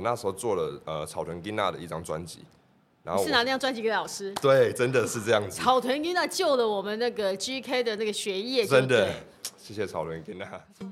那时候做了草屯金娜的一张专辑，然后你是拿那张专辑给老师？ 对，真的是这样子。 草屯金娜救了我们那个 GK 的那个学业， 真的，谢谢草屯金娜。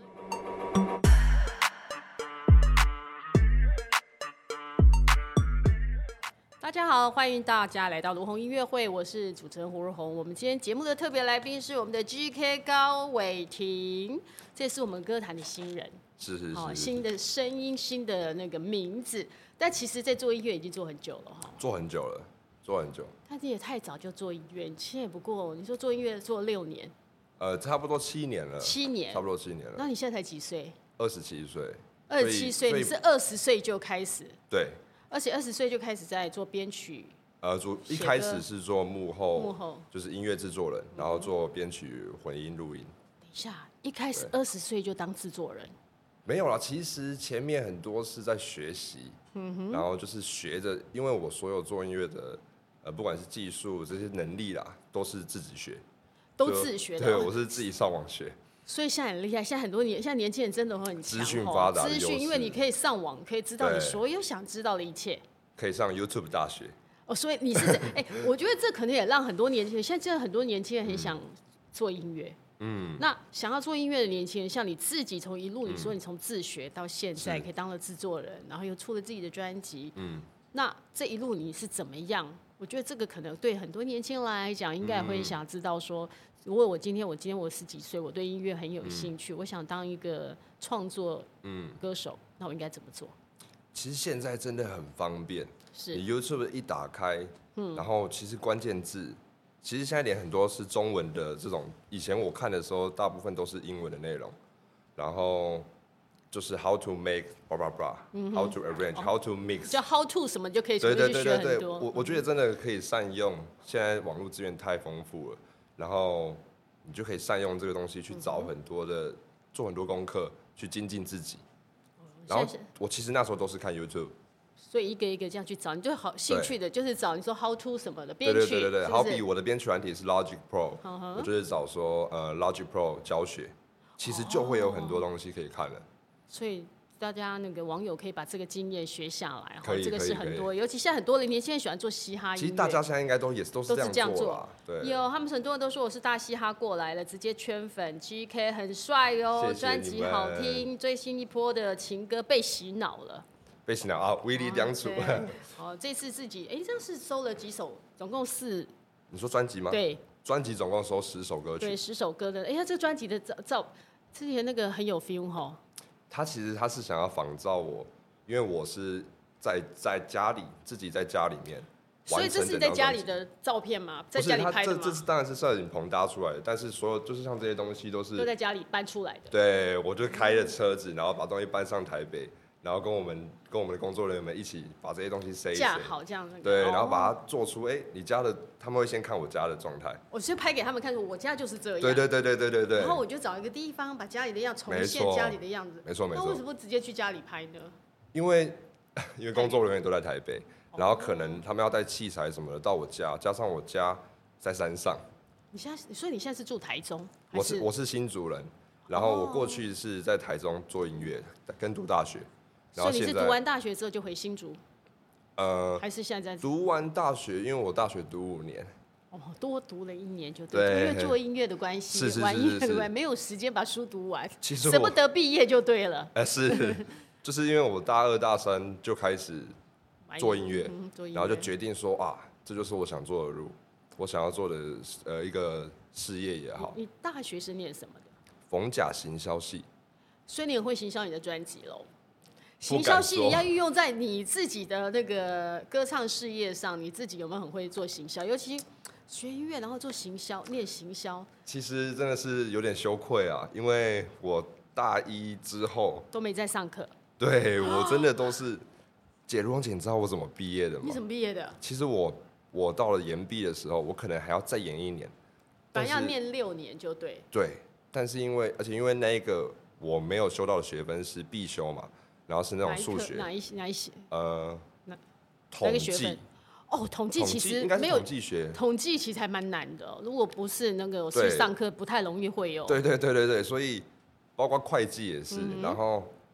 大家好，欢迎大家来到卢红音乐会，我是主持人胡如红。我们今天节目的特别来宾是我们的 GK 高伟霆，这是我们歌坛的新人， 是， 新的声音，新的那个名字。但其实，在做音乐已经做很久了哈， 做很久了。 但你也太早就做音乐，你现在也不过，你说做音乐做6年， 差不多7年了。 7年， 差不多7年了。 那你现在才几岁 ？27岁。 27岁，你是20岁就开始？ 对。 而且20岁就开始在做编曲。 一开始是做幕后，就是音乐制作人，然后做编曲、混音、录音。 等一下，一开始20岁就当制作人？ 没有啦，其实前面很多是在学习，然后就是学着，因为我所有做音乐的，不管是技术这些能力啦，都是自己学， 都自学的。 对，我是自己上网学。 所以现在很厉害，现在现在年轻人真的会很强， 资讯发达的优势， 因为你可以上网，可以知道你所有想知道的一切， 可以上 YouTube 大学。 所以你是我觉得这可能也让很多年轻人，现在真的很多年轻人很想做音乐。那想要做音乐的年轻人，像你自己从一路，你说你从自学到现在，可以当了制作人，然后又出了自己的专辑。那这一路你是怎么样？我觉得这个可能对很多年轻人来讲，应该会想知道说，如果我今天10几岁，我对音乐很有兴趣，我想当一个创作歌手，那我应该怎么做？ 其实现在真的很方便， 是你 YouTube 一打开，然后其实关键字，其实现在连很多是中文的这种，以前我看的时候，大部分都是英文的内容，然后就是 how to make blah blah blah，how to arrange，how to mix， 叫 how to 什么就可以从这去学很多。 我觉得真的可以善用，现在网络资源太丰富了，然后你就可以善用这个东西去找很多的，做很多功课去精进自己。然后我其实那时候都是看 YouTube， 所以一个一个这样去找，你就好兴趣的就是找你说 how to 什么的编曲， 对，好比我的编曲软体是 Logic Pro， 我就是找说Logic Pro 教学，其实就会有很多东西可以看了。 所以大家那个网友可以把这个经验学下来， 这个是很多，尤其现在很多的年轻人喜欢做嘻哈音乐。 其实大家现在应该都是这样做啦。对， 有他们很多人都说我是大嘻哈过来了，直接圈粉。GK 很帅哦，专辑好听，最新一波的情歌被洗脑了。 被洗脑啊，威力两处。 这次自己这样是收了几首，总共4。 你说专辑吗？ 对， 专辑总共收10首歌曲。 对，10首歌的。他这专辑的之前那个很有 feel 哈。 他其实是想要仿照我，因为我是在家里自己在家里面完成。 所以这是在家里的照片吗？在家里拍的吗？ 这当然是摄影棚搭出来的，但是所有就是像这些东西都在家里搬出来的。 对，我就开着车子，然后把东西搬上台北，然后跟我们的工作人员们一起把这些东西塞架好这样。 对，然后把它做出你家的，他们会先看我家的状态。 我先拍给他们看，说我家就是这样。 对。 然后我就找一个地方，把家里的样重现家里的样子。 没错。 那为什么不直接去家里拍呢？ 因为工作人员都在台北，然后可能他们要带器材什么的到我家，加上我家在山上。 所以你现在是住台中？ 我是新竹人，然后我过去是在台中做音乐，跟读大学。 所以你是读完大学之后就回新竹？还是现在读完大学，因为我大学读5年。 多读了1年就对，因为做音乐的关系，玩音乐的关系，没有时间把书读完，舍不得毕业就对了。 就是因为我大2、大3就开始做音乐，然后就决定说这就是我想做的路，我想要做的一个事业也好。 你大学是念什么的？ 逢甲行销系。 所以你很会行销你的专辑喽。行销系你要运用在你自己的那个歌唱事业上，你自己有没有很会做行销？尤其学音乐然后做行销，念行销， 其实真的是有点羞愧啊，因为我大1之后都没在上课。 对，我真的都是。姐，如虹姐，你知道我怎么毕业的吗？ 你怎么毕业的？ 其实我到了延毕的时候，我可能还要再延1年， 反正要念6年就对。 对，但是因为那个我没有修到的学分是必修嘛，然后是那种数学。 哪一些？ 统计。 统计其实没有统计学，统计其实还蛮难的。如果不是那个去上课，不太容易会有。 对，所以包括会计也是。然后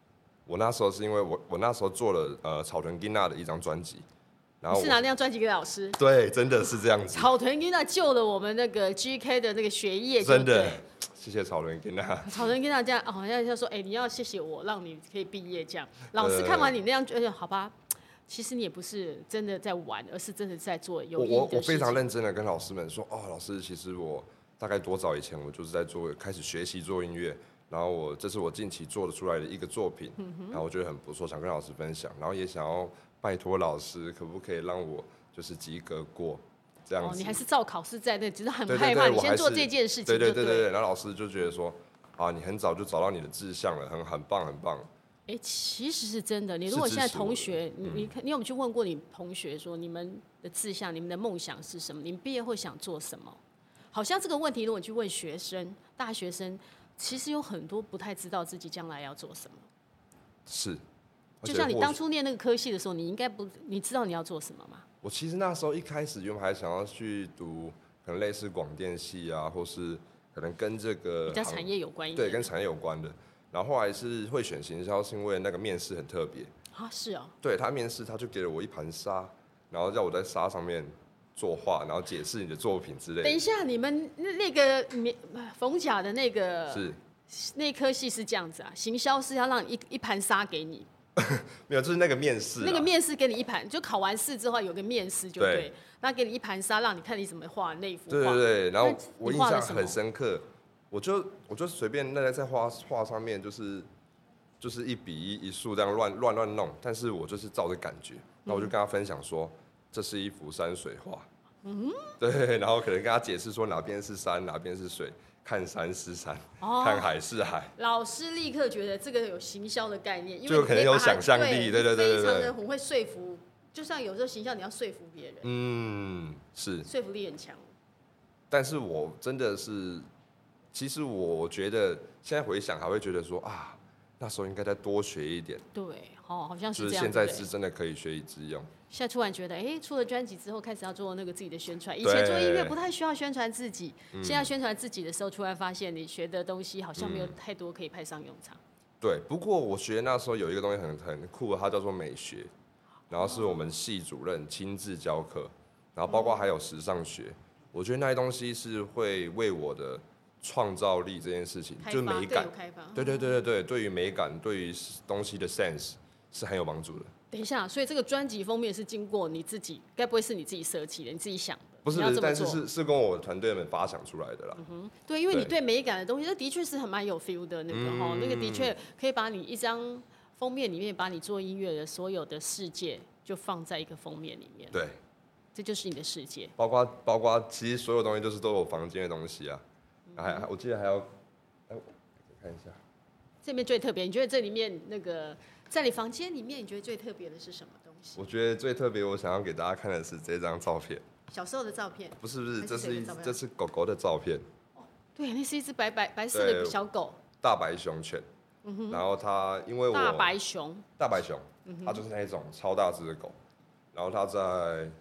我那时候是因为我那时候做了草屯金娜的一张专辑，然后你是拿那张专辑给老师？ 对，真的是这样子。 草屯金娜救了我们那个 GK 的那个学业， 真的，谢谢草屯金娜。 草屯金娜这样，好像就说，你要谢谢我，让你可以毕业这样。老师看完你那样，好吧。其实你也不是真的在玩，而是真的在做有意义的事情。 我非常认真的跟老师们说，老师，其实我大概多早以前我就是在开始学习做音乐，然后这是我近期做得出来的一个作品，然后我觉得很不错，想跟老师分享，然后也想要拜托老师，可不可以让我就是及格过这样子。 你还是照考试在那，只是很害怕。你先做这件事情就对。然后老师就觉得说，你很早就找到你的志向了，很棒很棒。 其实是真的。你如果现在同学，你有没有去问过你同学说，你们的志向、你们的梦想是什么？你们毕业会想做什么？好像这个问题，如果你去问学生、大学生，其实有很多不太知道自己将来要做什么。 是， 就像你当初念那个科系的时候，你知道你要做什么吗？ 我其实那时候一开始原本还想要去读可能类似广电系啊，或是可能跟这个比较产业有关一点， 对，跟产业有关的。然后后来是会选行销，是因为那个面试很特别啊，是哦。 对，他面试他就给了我一盘沙，然后叫我在沙上面作画，然后解释你的作品之类的。 等一下，你们那个逢甲的那个是那科系是这样子啊？行销是要让一盘沙给你？ 没有，就是那个面试。 那个面试给你一盘，就考完试之后有个面试就对，那给你一盘沙，让你看你怎么画那幅画。 对，然后我印象很深刻。我就随便在画上面，就是一笔一竖这样乱弄，但是我就是照着感觉，那我就跟他分享说，这是一幅山水画，对，然后可能跟他解释说哪边是山，哪边是水，看山是山，看海是海。 老师立刻觉得这个有行销的概念，因为就可能有想象力，对， 非常的很会说服，就像有时候行销你要说服别人， 是说服力很强。 但是我真的是。其实我觉得现在回想还会觉得说那时候应该再多学一点。 对，好像是这样。 就是现在是真的可以学以致用。 现在突然觉得，出了专辑之后开始要做那个自己的宣传。以前做音乐不太需要宣传自己，现在宣传自己的时候，突然发现你学的东西好像没有太多可以派上用场。 对，不过我学那时候有一个东西很酷的，它叫做美学，然后是我们系主任亲自教课，然后包括还有时尚学，我觉得那些东西是会为我的创造力这件事情，就是美感，对，对于美感，对于东西的 sense 是很有帮助的。 等一下，所以这个专辑封面是经过你自己，该不会是你自己设计的，你自己想的？ 不是，但是是跟我团队们发想出来的啦。 对，因为你对美感的东西，这的确是很蛮有 feel 的那个那个的确可以把你一张封面里面，把你做音乐的所有的世界就放在一个封面里面。 对， 这就是你的世界。 包括其实所有东西都是有房间的东西啊。我记得还要，看一下， 这边最特别，你觉得这里面那个在你房间里面，你觉得最特别的是什么东西？ 我觉得最特别，我想要给大家看的是这张照片。 小时候的照片？ 不是，这是狗狗的照片。 对，那是一只白色的小狗， 大白熊犬。然后它因为我大白熊， 它就是那一种超大只的狗，然后它在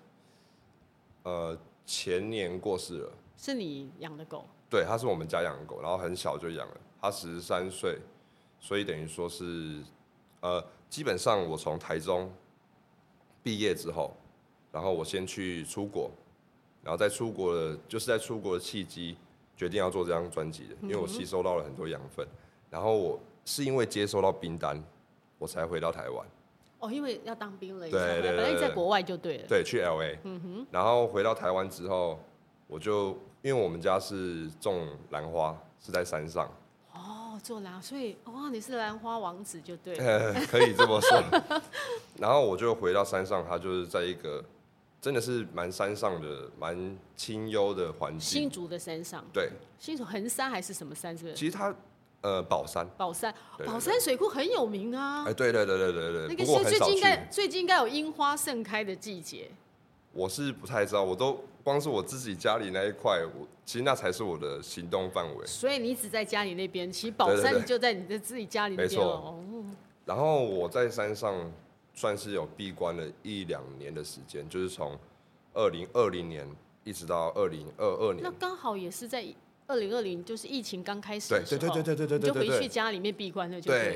前年过世了。 是你养的狗？ 对，它是我们家养的狗，然后很小就养了，它13岁，所以等于说是，基本上我从台中毕业之后，然后我先去出国，然后在出国的契机，决定要做这张专辑的，因为我吸收到了很多养分，然后我是因为接收到兵单，我才回到台湾。 因为要当兵了， 对， 本来你在国外就对了。 对，去 LA，然后回到台湾之后，我就。因为我们家是种兰花，是在山上。 做兰，所以你是兰花王子就对了。 可以这么说。然后我就回到山上，它就是在一个真的是蛮山上的、蛮清幽的环境。 新竹的山上。对。新竹横山还是什么山？是不是？ 其实它宝山。 宝山水库很有名啊。 对。那个最近应该有樱花盛开的季节。 我是不太知道，光是我自己家里那一块，其实那才是我的行动范围。 所以你只在家里那边，其实宝山就在你的自己家里那边。没错。 然后我在山上算是有闭关了1-2年的时间，就是从2020年一直到2022年。 那刚好也是在2020，就是疫情刚开始的时候。 对， 就回去家里面闭关了，就对。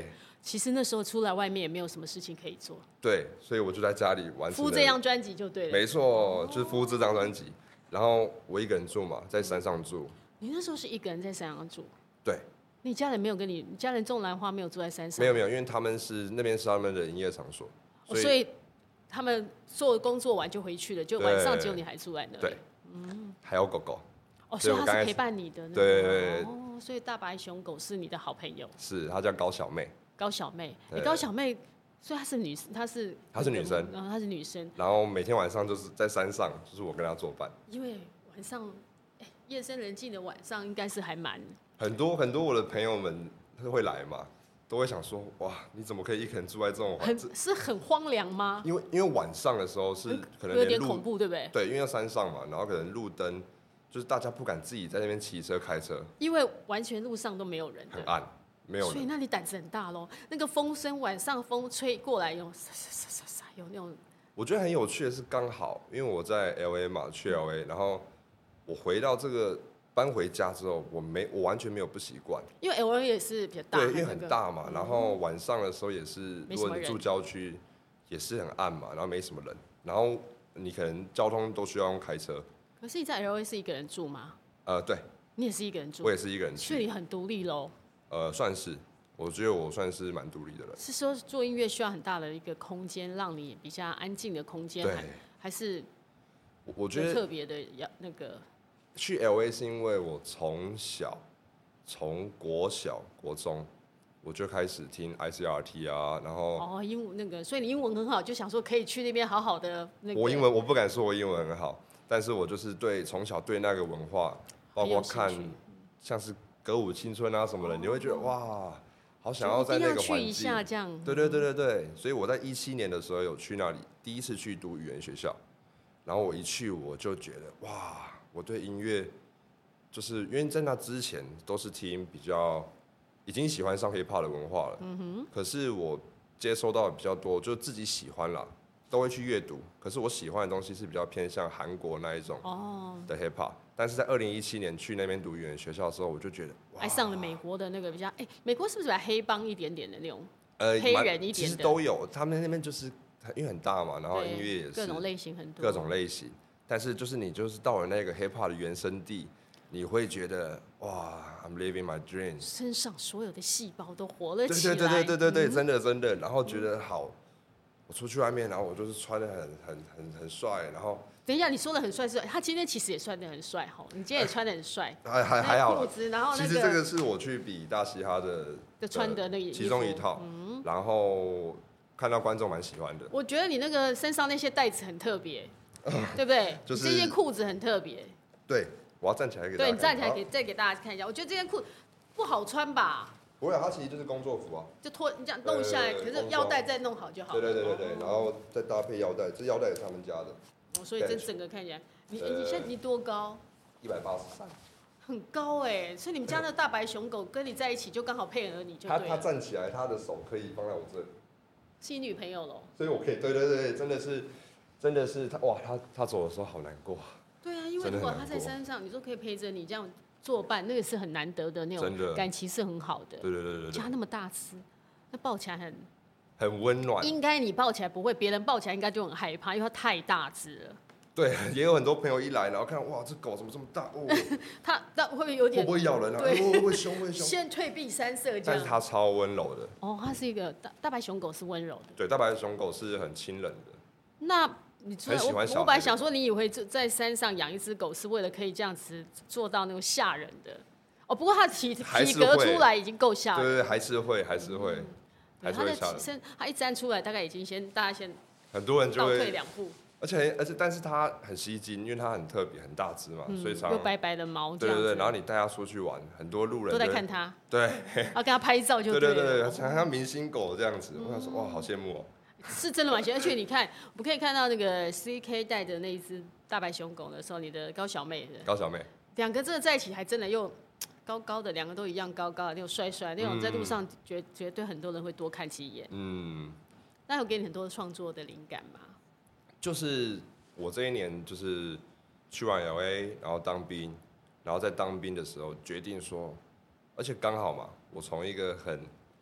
其实那时候出来外面也没有什么事情可以做， 对，所以我就在家里完成敷这张专辑就对了。 没错，就是敷这张专辑。然后我一个人住嘛，在山上住。 你那时候是一个人在山上住？ 对。 你家人没有跟你家人种兰花没有住在山上？ 没有，因为他们那边是他们的营业场所， 所以他们工作完就回去了，就晚上只有你还住在那里。 对，还有狗狗。 所以他是陪伴你的。 对。 所以大白熊狗是你的好朋友。 是，她叫高小妹。 高小妹，高小妹，所以她是女生，她是女生， 然后她是女生， 然后每天晚上就是在山上，就是我跟她作伴。 因为晚上，夜深人静的晚上，应该是还蛮很多我的朋友们会来嘛，都会想说，哇，你怎么可以一个人住在这种是很荒凉吗？ 因为晚上的时候是可能有点恐怖，对不对？ 对，因为在山上嘛，然后可能路灯就是大家不敢自己在那边骑车开车， 因为完全路上都没有人， 很暗。没有人， 所以那你胆子很大咯。那个风声，晚上风吹过来，有那种。 我觉得很有趣的是，刚好因为我在 LA 嘛，去 LA，然后我回到这个搬回家之后，我完全没有不习惯。 因为 LA 也是比较大， 对，因为很大嘛，然后晚上的时候也是，如果你住郊区，也是很暗嘛，然后没什么人，然后你可能交通都需要用开车。 可是你在 LA 是一个人住吗？ 对。 你也是一个人住？ 我也是一个人住。 所以你很独立咯。 算是，我觉得我算是蛮独立的人。 是说做音乐需要很大的一个空间，让你比较安静的空间，还是我觉得特别的那个？ 去 LA 是因为我从国小、国中我就开始听 ICRT 啊，然后英文那个，所以你英文很好，就想说可以去那边好好的那个。 我不敢说我英文很好，但是我就是从小对那个文化，包括看像是歌舞青春啊什么的，你会觉得哇，好想要在那个环境。 去一下这样。 对，所以我在2017年的时候有去那里，第一次去读语言学校，然后我一去我就觉得哇，我对音乐就是因为在那之前都是听比较已经喜欢上 hiphop 的文化了，可是我接收到的比较多，就自己喜欢啦，都会去阅读，可是我喜欢的东西是比较偏向韩国那一种的 hiphop。但是在2017年去那边读语言学校的时候，我就觉得爱上了美国的那个比较，美国是不是比较黑帮一点点的那种？黑人一点的， 其实都有。他们那边就是因为很大嘛，然后音乐也是各种类型很多， 各种类型。但是你到了那个 hiphop 的原生地，你会觉得哇 ，I'm living my dream， 身上所有的细胞都活了起来。 对，真的，然后觉得好。我出去外面，然后我就是穿得很帅，然后等一下，你说的很帅是，他今天其实也穿得很帅哈，你今天也穿得很帅， 还好裤子，然后其实这个是我去比大嘻哈的穿的那个其中一套，然后看到观众蛮喜欢的。 我觉得你那个身上那些带子很特别，对不对？就是这件裤子很特别。 对，我要站起来给大家看。 对，你站起来再给大家看一下。我觉得这件裤不好穿吧？ 不会，它其实就是工作服啊。 就你这样弄下来，可是腰带再弄好就好了。 对，然后再搭配腰带，这腰带也是他们家的。 所以这整个看起来，你现在你多高 ？183。 很高哎，所以你们家那大白熊狗跟你在一起就刚好配合你就对了。 它站起来，它的手可以放在我这里。 是你女朋友咯？ 所以我可以，对，真的是他走的时候好难过。 对啊，因为如果他在山上，你说可以陪着你这样作伴，那个是很难得的那种感情，是很好的。 对。 家那么大只，那抱起来很温暖。 应该你抱起来不会，别人抱起来应该就很害怕，因为它太大只了。 对，也有很多朋友一来，然后看哇，这狗怎么这么大？ 它那会不会有点？ 会不会咬人啊？会凶。 先退避三舍这样。 但是它超温柔的。 它是一个大白熊狗，是温柔的。 对，大白熊狗是很亲人的。 那你很喜欢小孩。 我本来想说，你以为在山上养一只狗是为了可以这样子做到那种吓人的。不过它体格出来已经够吓人。 对，还是会吓人。 它一站出来，大概已经大家先很多人就会倒退2步。 而且，但是它很吸睛，因为它很特别、很大只嘛，所以又白白的毛。 对，然后你带它出去玩，很多路人都在看它。 对， 要跟它拍照就对了。 对，像明星狗这样子，我想说哇，好羡慕哦。 是真的蛮羡慕，而且你看，我们可以看到那个 CK 带的那一只大白熊狗的时候，你的高小妹两个真的在一起，还真的又高高的，两个都一样高高的那种帅帅，那种在路上绝对很多人会多看几眼。那有给你很多创作的灵感吗？ 就是我这一年就是去完 LA， 然后当兵，然后在当兵的时候决定说，而且刚好嘛，我从一个很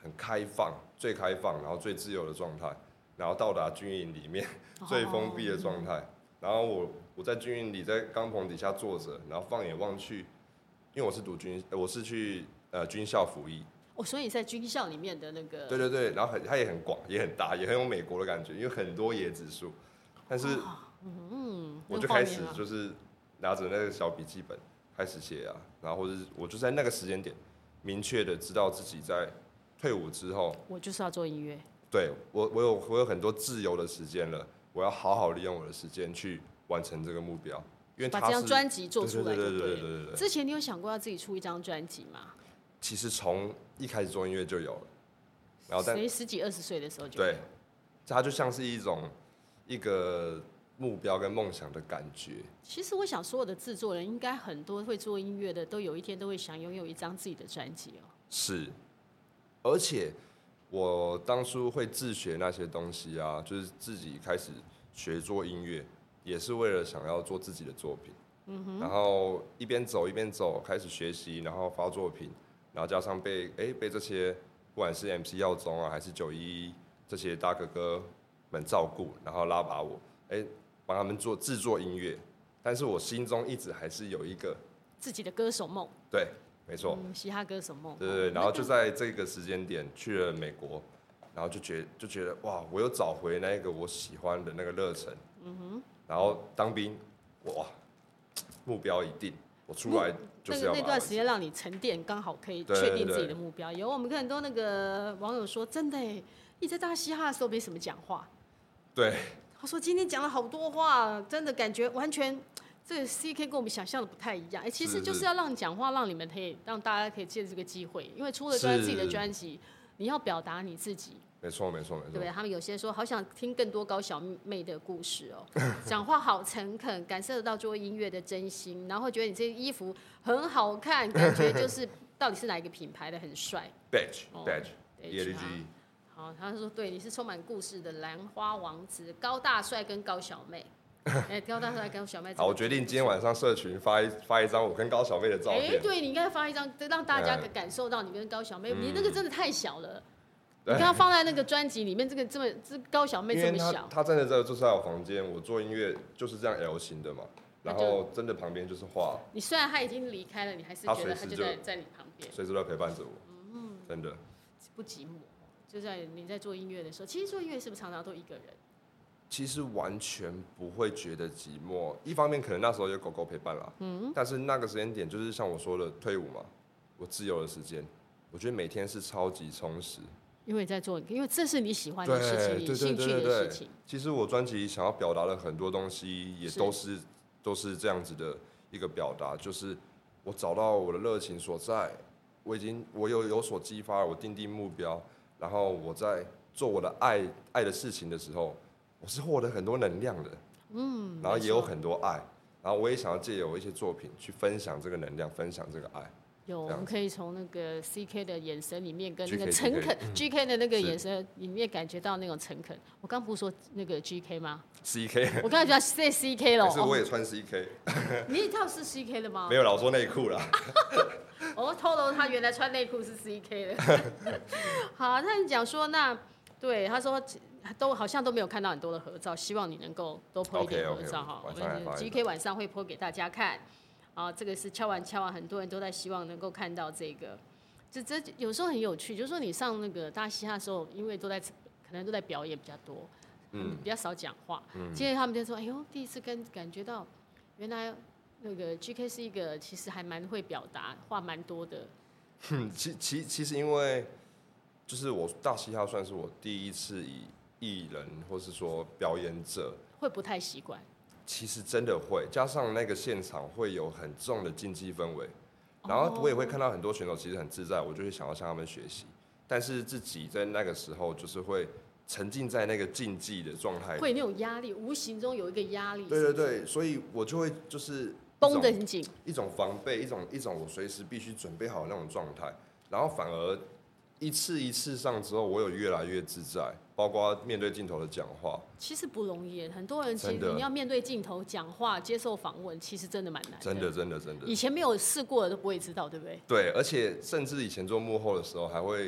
很开放、最开放，然后最自由的状态，然后到达军营里面最封闭的状态。然后我在军营里，在钢棚底下坐着，然后放眼望去，因为我是去军校服役。 所以你在军校里面的那个。 对对，然后它也很广，也很大，也很有美国的感觉，因为很多椰子树。但是，我就开始就是拿着那个小笔记本开始写啊，然后或者我就在那个时间点，明确的知道自己在退伍之后， 我就是要做音乐。 对我有很多自由的时间了，我要好好利用我的时间去完成这个目标，因为把这张专辑做出来就对了。 对。 之前你有想过要自己出一张专辑吗？ 其实从一开始做音乐就有了，然后 10几20岁的时候就有。 对，它就像是一个目标跟梦想的感觉。 其实我想，所有的制作人应该很多会做音乐的，都有一天都会想拥有一张自己的专辑哦。 是，而且我当初会自学那些东西啊，就是自己开始学做音乐，也是为了想要做自己的作品。然后一边走一边走，开始学习，然后发作品。然后加上被这些不管是 MC 耀宗啊，还是911这些大哥哥们照顾，然后拉拔我，帮他们制作音乐。但是我心中一直还是有一个自己的歌手梦。 对，没错， 嘻哈歌手梦。 对。然后就在这个时间点去了美国，然后就觉得哇，我又找回那个我喜欢的那个热忱。然后当兵，哇，目标一定。我出来就是要那段时间让你沉淀，刚好可以确定自己的目标。有我们跟很多那个网友说，真的你在大嘻哈的时候没什么讲话。 对。 他说今天讲了好多话，真的感觉完全这个 CK 跟我们想象的不太一样。其实就是要让你讲话，让你们可以让大家可以借这个机会，因为出了自己的专辑，你要表达你自己。 没错。对不对？他们有些说好想听更多高小妹的故事哦，讲话好诚恳，感受得到做音乐的真心，然后觉得你这衣服很好看，感觉就是到底是哪一个品牌的，很帅。 Badge ELG。好，他说对，你是充满故事的兰花王子，高大帅跟高小妹。高大帅跟小妹。 好，我决定今天晚上社群发一张我跟高小妹的照片。 对，你应该发一张，让大家感受到你跟高小妹。你那个真的太小了。你刚刚放在那个专辑里面，这高小妹这么小， 她真的就是在我房间，我做音乐就是这样 L 型的嘛，然后真的旁边就是画。 你虽然他已经离开了，你还是觉得他就在你旁边， 随时都陪伴着我。真的不寂寞。就在你在做音乐的时候，其实做音乐是不是常常都一个人？ 其实完全不会觉得寂寞，一方面可能那时候有狗狗陪伴啦，但是那个时间点就是像我说的退伍嘛，我自由的时间，我觉得每天是超级充实。 因为这是你喜欢的事情，你兴趣的事情。 其实我专辑想要表达的很多东西，也都是这样子的一个表达，就是我找到我的热情所在，我有所激发，我定目标，然后我在做我的爱的事情的时候，我是获得很多能量的，然后也有很多爱，然后我也想要借由一些作品去分享这个能量，分享这个爱。 我们可以从那个 CK 的眼神里面跟那个诚恳 GK 的那个眼神里面感觉到那种诚恳。我刚不是说那个 GK 吗 ？CK， 我刚才觉得是 CK 了。 可是我也穿 CK。 你一套是 CK 的吗？ 没有啦，我说内裤啦。 我透露他原来穿内裤是 CK 的。好，那你讲说对他说好像都没有看到很多的合照，希望你能够多 po 一点合照哈。 我们 GK 晚上会 po 给大家看。这个是敲完，很多人都在希望能够看到这个。这有时候很有趣，就是说你上那个大嘻哈的时候，因为可能都在表演比较多，比较少讲话。接着他们就说：“哎呦，第一次感觉到，原来那个 GK 是一个其实还蛮会表达，话蛮多的。” 其实因为就是我大嘻哈算是我第一次以艺人或是说表演者， 会不太习惯。 其实真的会，加上那个现场会有很重的竞技氛围，然后我也会看到很多选手其实很自在，我就会想要向他们学习，但是自己在那个时候就是会沉浸在那个竞技的状态， 会那种压力，无形中有一个压力。 对，所以我就会就是绷得很紧， 一种防备，一种我随时必须准备好那种状态，然后反而一次上之后，我有越来越自在。包括面对镜头的讲话， 其实不容易。很多人其实你要面对镜头讲话、接受访问，其实真的蛮难的。 真的。 以前没有试过的都不会知道，对不对？ 对，而且甚至以前做幕后的时候，还会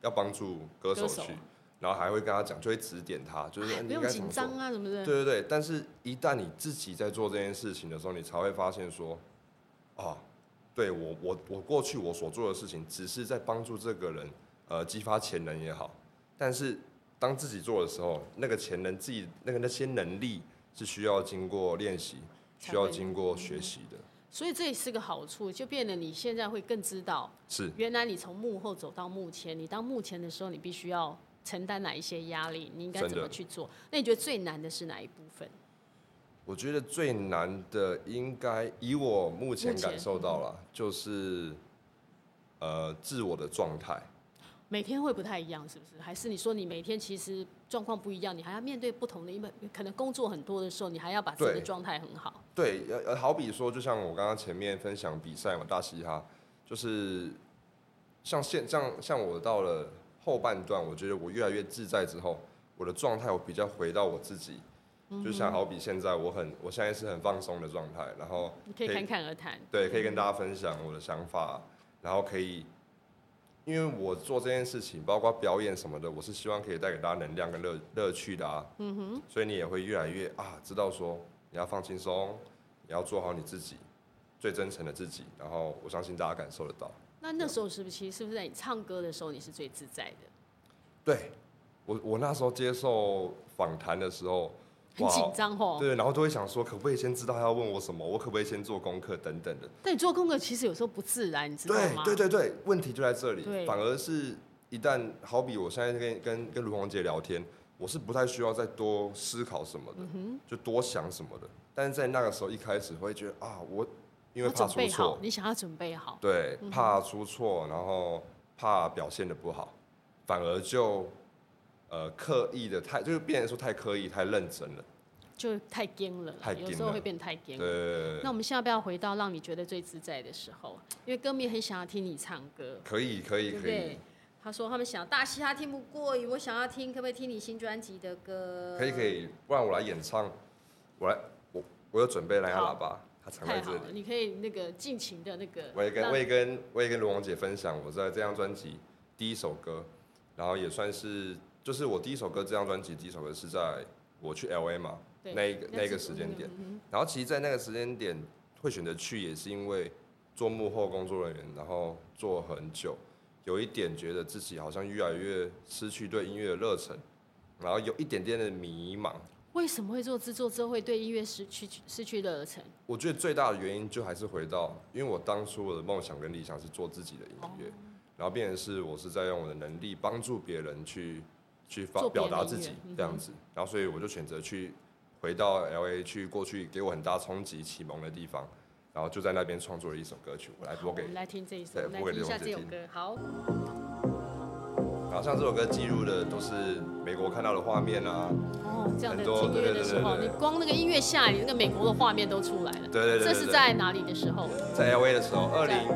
要帮助歌手去，然后还会跟他讲，就会指点他，就是不用紧张啊什么的。 对对对，但是一旦你自己在做这件事情的时候，你才会发现说，对我过去我所做的事情，只是在帮助这个人，激发潜能也好，但是当自己做的时候，那个潜能自己那些能力是需要经过练习，需要经过学习的。 所以这也是个好处，就变得你现在会更知道， 是原来你从幕后走到幕前，你当幕前的时候，你必须要承担哪一些压力，你应该怎么去做？那你觉得最难的是哪一部分？ 我觉得最难的应该以我目前感受到了，就是自我的状态。 每天会不太一样，是不是？还是你说你每天其实状况不一样，你还要面对不同的，因为可能工作很多的时候，你还要把自己的状态很好。 对，好比说，就像我刚刚前面分享比赛嘛，大嘻哈，就是像我到了后半段，我觉得我越来越自在之后，我的状态我比较回到我自己。就像好比现在我现在是很放松的状态，然后你可以侃侃而谈， 对，可以跟大家分享我的想法，然后可以，因为我做这件事情，包括表演什么的，我是希望可以带给大家能量跟乐趣的啊。所以你也会越来越知道说你要放轻松，你要做好你自己，最真诚的自己，然后我相信大家感受得到。 那时候是不是在你唱歌的时候你是最自在的？ 对，我那时候接受访谈的时候。 很紧张哦， 对，然后都会想说，可不可以先知道他要问我什么，我可不可以先做功课等等的。 但你做功课其实有时候不自然，你知道吗？ 对，问题就在这里。反而是一旦好比我现在跟卢红姐聊天，我是不太需要再多思考什么的，就多想什么的。但是在那个时候一开始会觉得我因为怕出错， 你想要准备好， 对，怕出错，然后怕表现的不好，反而就。刻意的就是变成说太刻意、太认真了， 就太硬了，有时候会变太硬了。 对。 那我们现在不要回到让你觉得最自在的时候，因为歌迷很想要听你唱歌。 可以。 对不对？他说他们想大嘻哈听不过瘾，我想要听，可不可以听你新专辑的歌？ 可以，不然我来演唱，我有准备蓝牙喇叭，它藏在这里。 你可以那个尽情的那个。 我也跟卢红姐分享我在这张专辑第一首歌，然后也算是。就是我第一首歌，这张专辑第一首歌是在我去 LA 嘛，那个时间点。然后其实，在那个时间点会选择去，也是因为做幕后工作人员，然后做很久，有一点觉得自己好像越来越失去对音乐的热忱，然后有一点点的迷茫。 为什么会做制作之后会对音乐失去热忱？我觉得最大的原因就还是回到，因为我当初我的梦想跟理想是做自己的音乐，然后变成是我是在用我的能力帮助别人去表达自己这样子，然后所以我就选择去回到 LA 去过去给我很大冲击启蒙的地方，然后就在那边创作了一首歌曲，我来播给我们来听这一首，来听一下这首歌。好。 然后像这首歌记录的都是美国看到的画面啊， 这样的听音乐的时候，你光那个音乐下来，你那个美国的画面都出来了。 对。 这是在哪里的时候？ 在 LA 的时候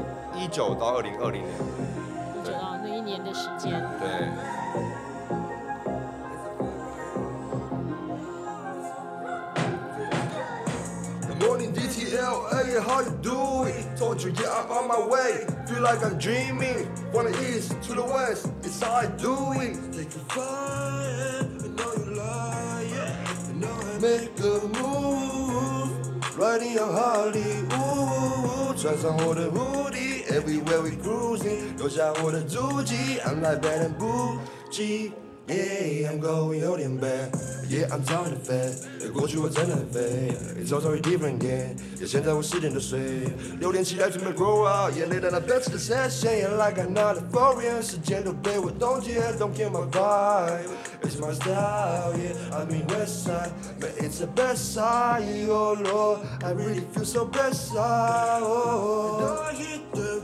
，2019到2020年。 就到那一年的时间。 对。Morning DTL, hey, how you doing? Told you, yeah, I'm on my way. Feel like I'm dreaming. From the east to the west, it's how I do it. Take a fire, I know you lying. I know I make a move. Riding on Harley, ooh. 穿上我的 hoodie, everywhere we cruising. 留下我的足迹 I'm like bad and bougie. Yeah, I'm going 有点 bad. Yeah, I'm tired of it. 过去我真的很废 It's all totally different, yeah. 现在我10点就睡，6点起来准备 grow up. 眼泪在那边吃的 session, yeah, like I'm not a foreign. 时间都被我冻结 Don't kill my vibe. It's my style, yeah. I mean west side, but it's the best side. Oh Lord, I really feel so best side. Oh, I hit the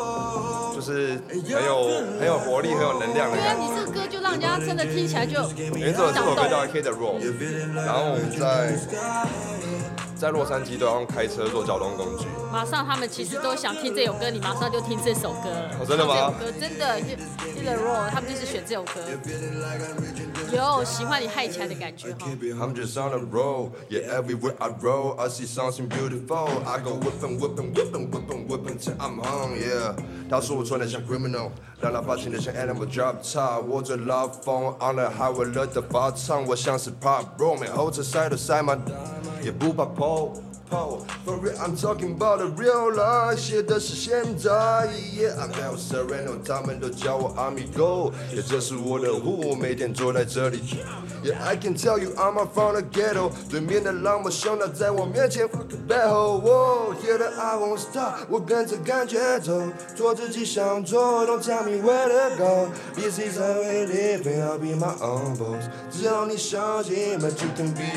road. 就是很有活力、很有能量的感觉。 对啊，你这个歌就让人家真的听起来就。 没错，这首歌叫《Hit the Road》，然后我们在洛杉矶都要用开车做交通工具。 马上他们其实都想听这首歌，你马上就听这首歌了。 真的吗？ 这首歌真的《Hit the Road》，他们就是选这首歌。有喜欢你嗨起来的感觉哈。 I'm just on the road, yeah. Everywhere I roll, I see something beautiful. I go whipping till I'm home, yeah. 他说我穿得像 criminal, 让它发情的像 animal drop top， 握着老风 on the highway 热的发烫，我像是 pop roman， 后车塞都塞满，也不怕破。For real, I'm talking about the real life， 写的是现在 ，Yeah, I'm never surrender， 他们都叫我 amigo， 也这是我的 who， 我每天坐在这里。Yeah, I can tell you I'm from the ghetto， 对面的浪漫兄弟在我面前 battle， yeah, the I won't stop， 我跟着感觉走，做自己想做 ，Don't tell me where to go，This is how we live, I'll be my own boss， 只要你相信 ，But you can be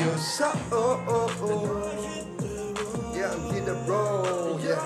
yourself。Yeah, I'm hit the road, yeah.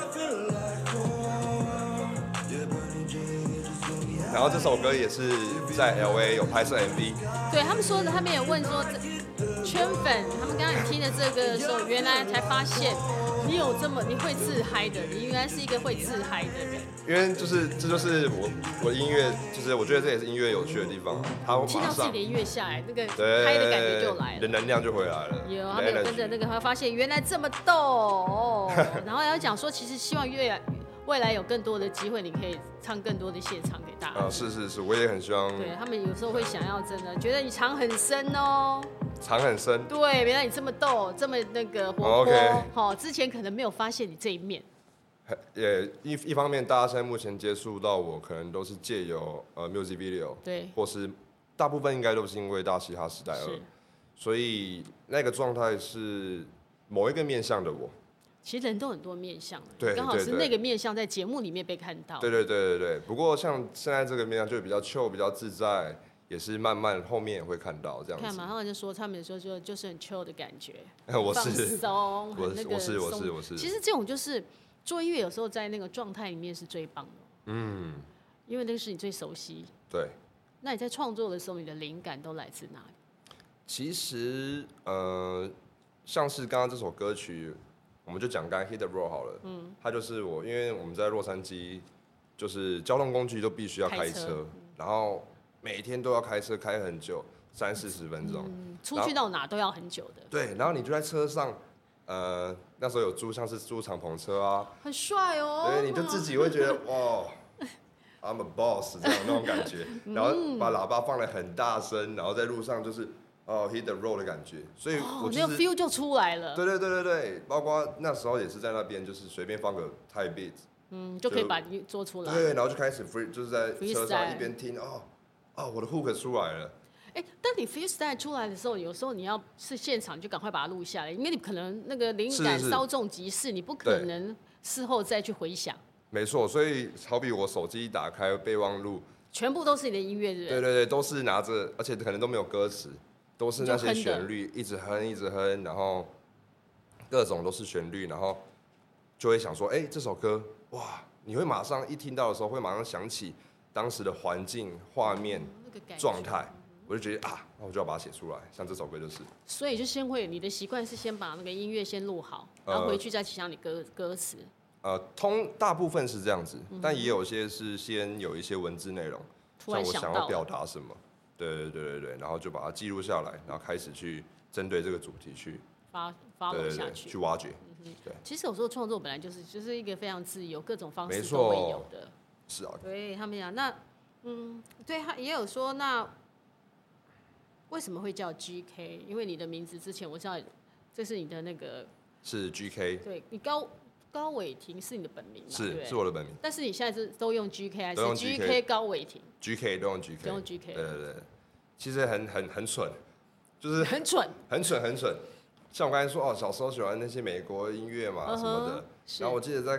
然后这首歌也是在 LA 有拍摄 MV。 对他们说的，他们也问说，圈粉他们刚刚听的这个的时候，原来才发现你有你会自嗨的，你原来是一个会自嗨的人。 因为这就是我音乐，就是我觉得这也是音乐有趣的地方。他听到自己的音乐下来，那个嗨的感觉就来了， 你的能量就回来了。 有，他们有跟着那个，他发现原来这么逗，然后要讲说，其实希望未来有更多的机会，你可以唱更多的现场给大家。 是，我也很希望。 对他们有时候会想要真的觉得你藏很深哦， 藏很深。 对，原来你这么逗，这么那个活泼，好，之前可能没有发现你这一面。 也一方面，大家现在目前接触到我，可能都是借由music video， 对， 或是大部分应该都是因为大嘻哈时代2，所以那个状态是某一个面向的我。 其实人都很多面向， 对， 刚好是那个面向在节目里面被看到。 对。不过像现在这个面向就比较 chill， 比较自在，也是慢慢后面也会看到这样子。 看马上就说他们说就是很 chill 的感觉， 我是放松， 我是。 其实这种就是做音乐，有时候在那个状态里面是最棒的。因为那个是你最熟悉。 对。 那你在创作的时候，你的灵感都来自哪里？ 其实像是刚刚这首歌曲。我们就讲刚才 Hit the Road 好了，它就是因为我们在洛杉矶，就是交通工具都必须要开车，然后每天都要开车开很久，30-40分钟， 出去到哪都要很久的。 对，然后你就在车上，那时候有像是租敞篷车啊， 很帅哦。 对，你就自己会觉得哇，I'm a boss 这样那种感觉，然后把喇叭放得很大声，然后在路上就是。hit the road 的感觉，所以我那个 feel 就出来了。 对，包括那时候也是在那边，就是随便放个 Thai beat， 就可以把你做出来。 对，然后就开始 free， 就是在车上一边听，我的 hook 出来了。 当你 freestyle 出来的时候，有时候你要是现场就赶快把它录下来，因为你可能那个灵感稍纵即逝，你不可能事后再去回想。 没错，所以好比我手机一打开备忘录， 全部都是你的音乐， 对，都是拿着，而且可能都没有歌词。都是那些旋律，一直哼，然后各种都是旋律，然后就会想说，这首歌哇，你会马上一听到的时候，会马上想起当时的环境、画面、状态，我就觉得那我就要把它写出来，像这首歌就是。 所以就先会，你的习惯是先把那个音乐先录好，然后回去再想你歌词。 大部分是这样子，但也有些是先有一些文字内容，像我想要表达什么。对，然后就把它记录下来，然后开始去针对这个主题去发挥下去， 去挖掘。对， 其实有时候创作本来就是一个非常自由，各种方式都会有的。 是啊。 对他们讲，那对他也有说，那为什么会叫 GK？ 因为你的名字之前我知道这是你的那个是 GK。 对你高伟霆是你的本名嘛？ 是我的本名。 但是你现在都用 GK 还是 GK 高伟霆 ？GK 都用 GK。 都用 GK。 对，其实很蠢，就是很蠢。 像我刚才说小时候喜欢那些美国音乐嘛什么的，然后我记得在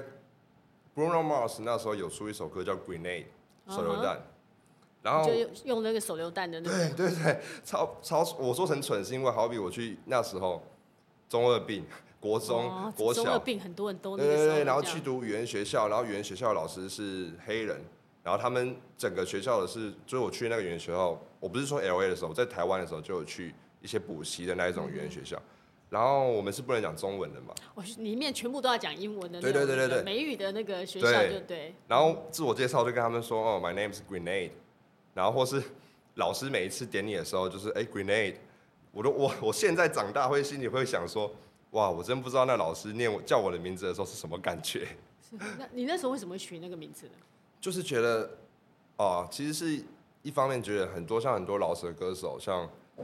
Bruno Mars 那时候有出一首歌叫 Grenade 手榴弹，然后就用那个手榴弹的那个。 对，超我说很蠢是因为好比我去那时候中二病。国中、国小， 中二病很多人都那个时候对，然后去读语言学校，然后语言学校的老师是黑人，然后他们整个学校的就是我去那个语言学校，我不是说 LA 的时候，在台湾的时候就有去一些补习的那一种语言学校，然后我们是不能讲中文的嘛， 里面全部都要讲英文的， 对， 美语的那个学校就对。 然后自我介绍就跟他们说，My name is Grenade， 然后或是老师每一次点你的时候就是Grenade， 我现在长大心里会想说。哇，我真不知道那老师叫我的名字的时候是什么感觉。 那你那时候为什么会取那个名字呢？ 就是觉得， 其实是一方面觉得很多饶舌歌手，像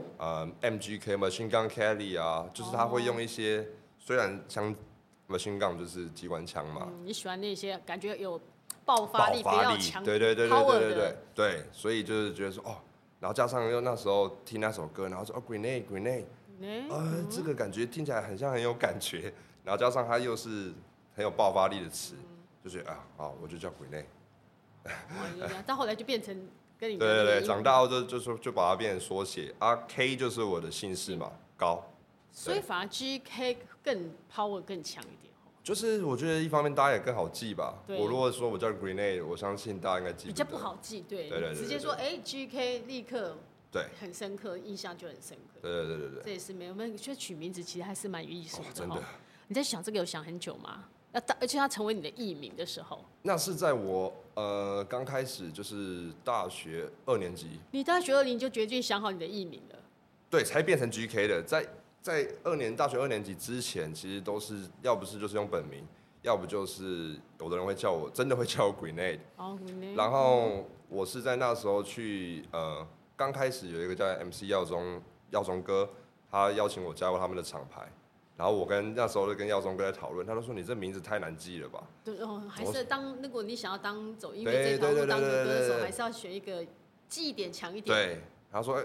MGK Machine Gun Kelly 啊，就是他会用一些虽然像 Machine Gun 就是机关枪嘛， 你喜欢那些感觉有爆发力比较强， 对，所以就是觉得说然后加上又那时候听那首歌，然后说Grenade，这个感觉听起来很有感觉，然后加上它又是很有爆发力的词，就觉得我就叫 Grenade。 到后来就变成跟你对，长大后就把它变成缩写K 就是我的姓氏嘛，高， 所以反而 GK 更 power 更强一点。 就是我觉得一方面大家也更好记吧。我如果说我叫 Grenade， 我相信大家应该记不得。 比较不好记，对，直接说GK 立刻很深刻，印象就很深刻。 对， 这也是没有，我觉得取名字其实还是蛮有艺术的。 真的。 你在想这个有想很久吗？而且它成为你的艺名的时候， 那是在我刚开始就是大学2年级。 你大学2年就决定想好你的艺名了？ 对，才变成 GK 的。在大学2年级之前，其实都是要不是就是用本名，要不就是有的人真的会叫我 Grenade。然后我是在那时候去刚开始有一个叫 MC 耀中哥，他邀请我加入他们的厂牌。然后我那时候就跟耀中哥在讨论，他就说你这名字太难记了吧？ 对还是如果你想要走音乐这条路当个歌手，还是要选一个记忆点强一点。 对，他说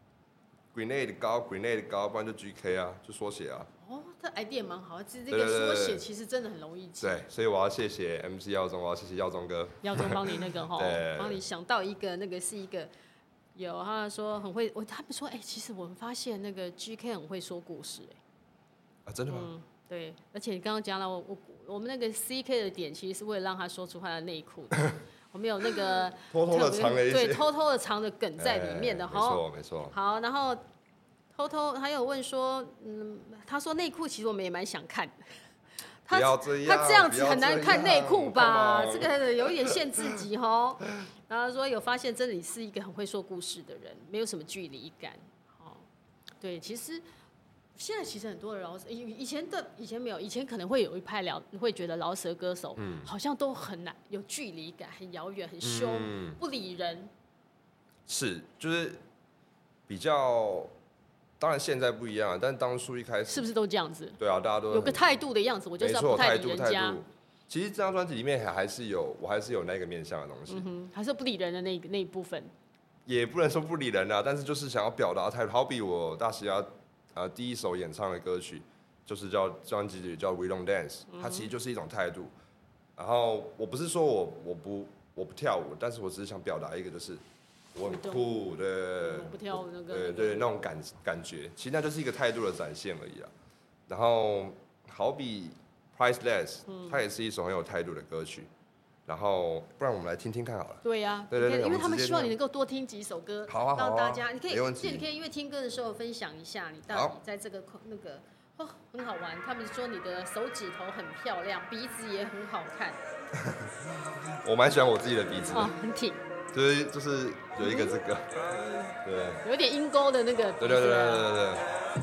Grenade 高，不然就 GK 啊，就缩写啊。 这 idea 蛮好，这个缩写其实真的很容易记。 对，所以我要谢谢 MC 耀中，我要谢谢耀中哥。 耀中帮你帮你想到一个是一个有他说很会，他们说其实我们发现那个 GK 很会说故事真的吗？ 对，而且你刚刚讲了我们那个 CK 的点，其实是为了让他说出他的内裤的。我们有那个偷偷的藏了一些， 偷偷的藏的梗在里面的没错。 好，然后偷还有问说，他说内裤其实我们也蛮想看的。他这样子很难看内裤吧？这个有一点限自己然后说有发现，真的你是一个很会说故事的人，没有什么距离感。对，其实。现在其实很多的饶舌，以前没有，以前可能会有一派会觉得饶舌歌手好像都很难有距离感，很遥远，很凶，不理人。 是，就是比较，当然现在不一样，但当初一开始是不是都这样子？ 对啊，大家都有个态度的样子，我就是要不太理人家。 其实这张专辑里面我还是有那个面向的东西， 还是不理人的那一部分。 也不能说不理人啊，但是就是想要表达态度，好比我大西亚。第一首演唱的歌曲就是专辑里叫《We Don't Dance》，它其实就是一种态度。然后我不是说我不跳舞，但是我只是想表达一个，就是我很酷，对， 不跳舞那个， 对那种感觉，其实那就是一个态度的展现而已啦。然后好比《Priceless》，它也是一首很有态度的歌曲。然后，不然我们来听听看好了。 对呀， 对， 因为他们希望你能够多听几首歌，让大家，你可以因为听歌的时候分享一下，你到底在这个很好玩。他们说你的手指头很漂亮，鼻子也很好看。 我蛮喜欢我自己的鼻子的， 很挺。 就是有一个这个，对， 有点鹰钩的那个。 对。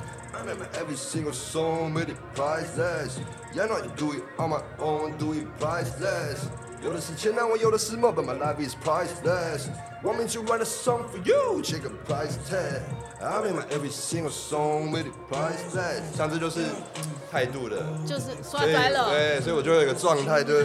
I remember every single song made it priceless. Yeah, I know you do it on my own, do it priceless. 有的是钱难，我有的是梦 ，but my life is priceless. Want me to write a song for you? Check a price tag. I remember every single song made it priceless. 像这就是态度的， 就是刷呆了。 对，所以我就有一个状态，就是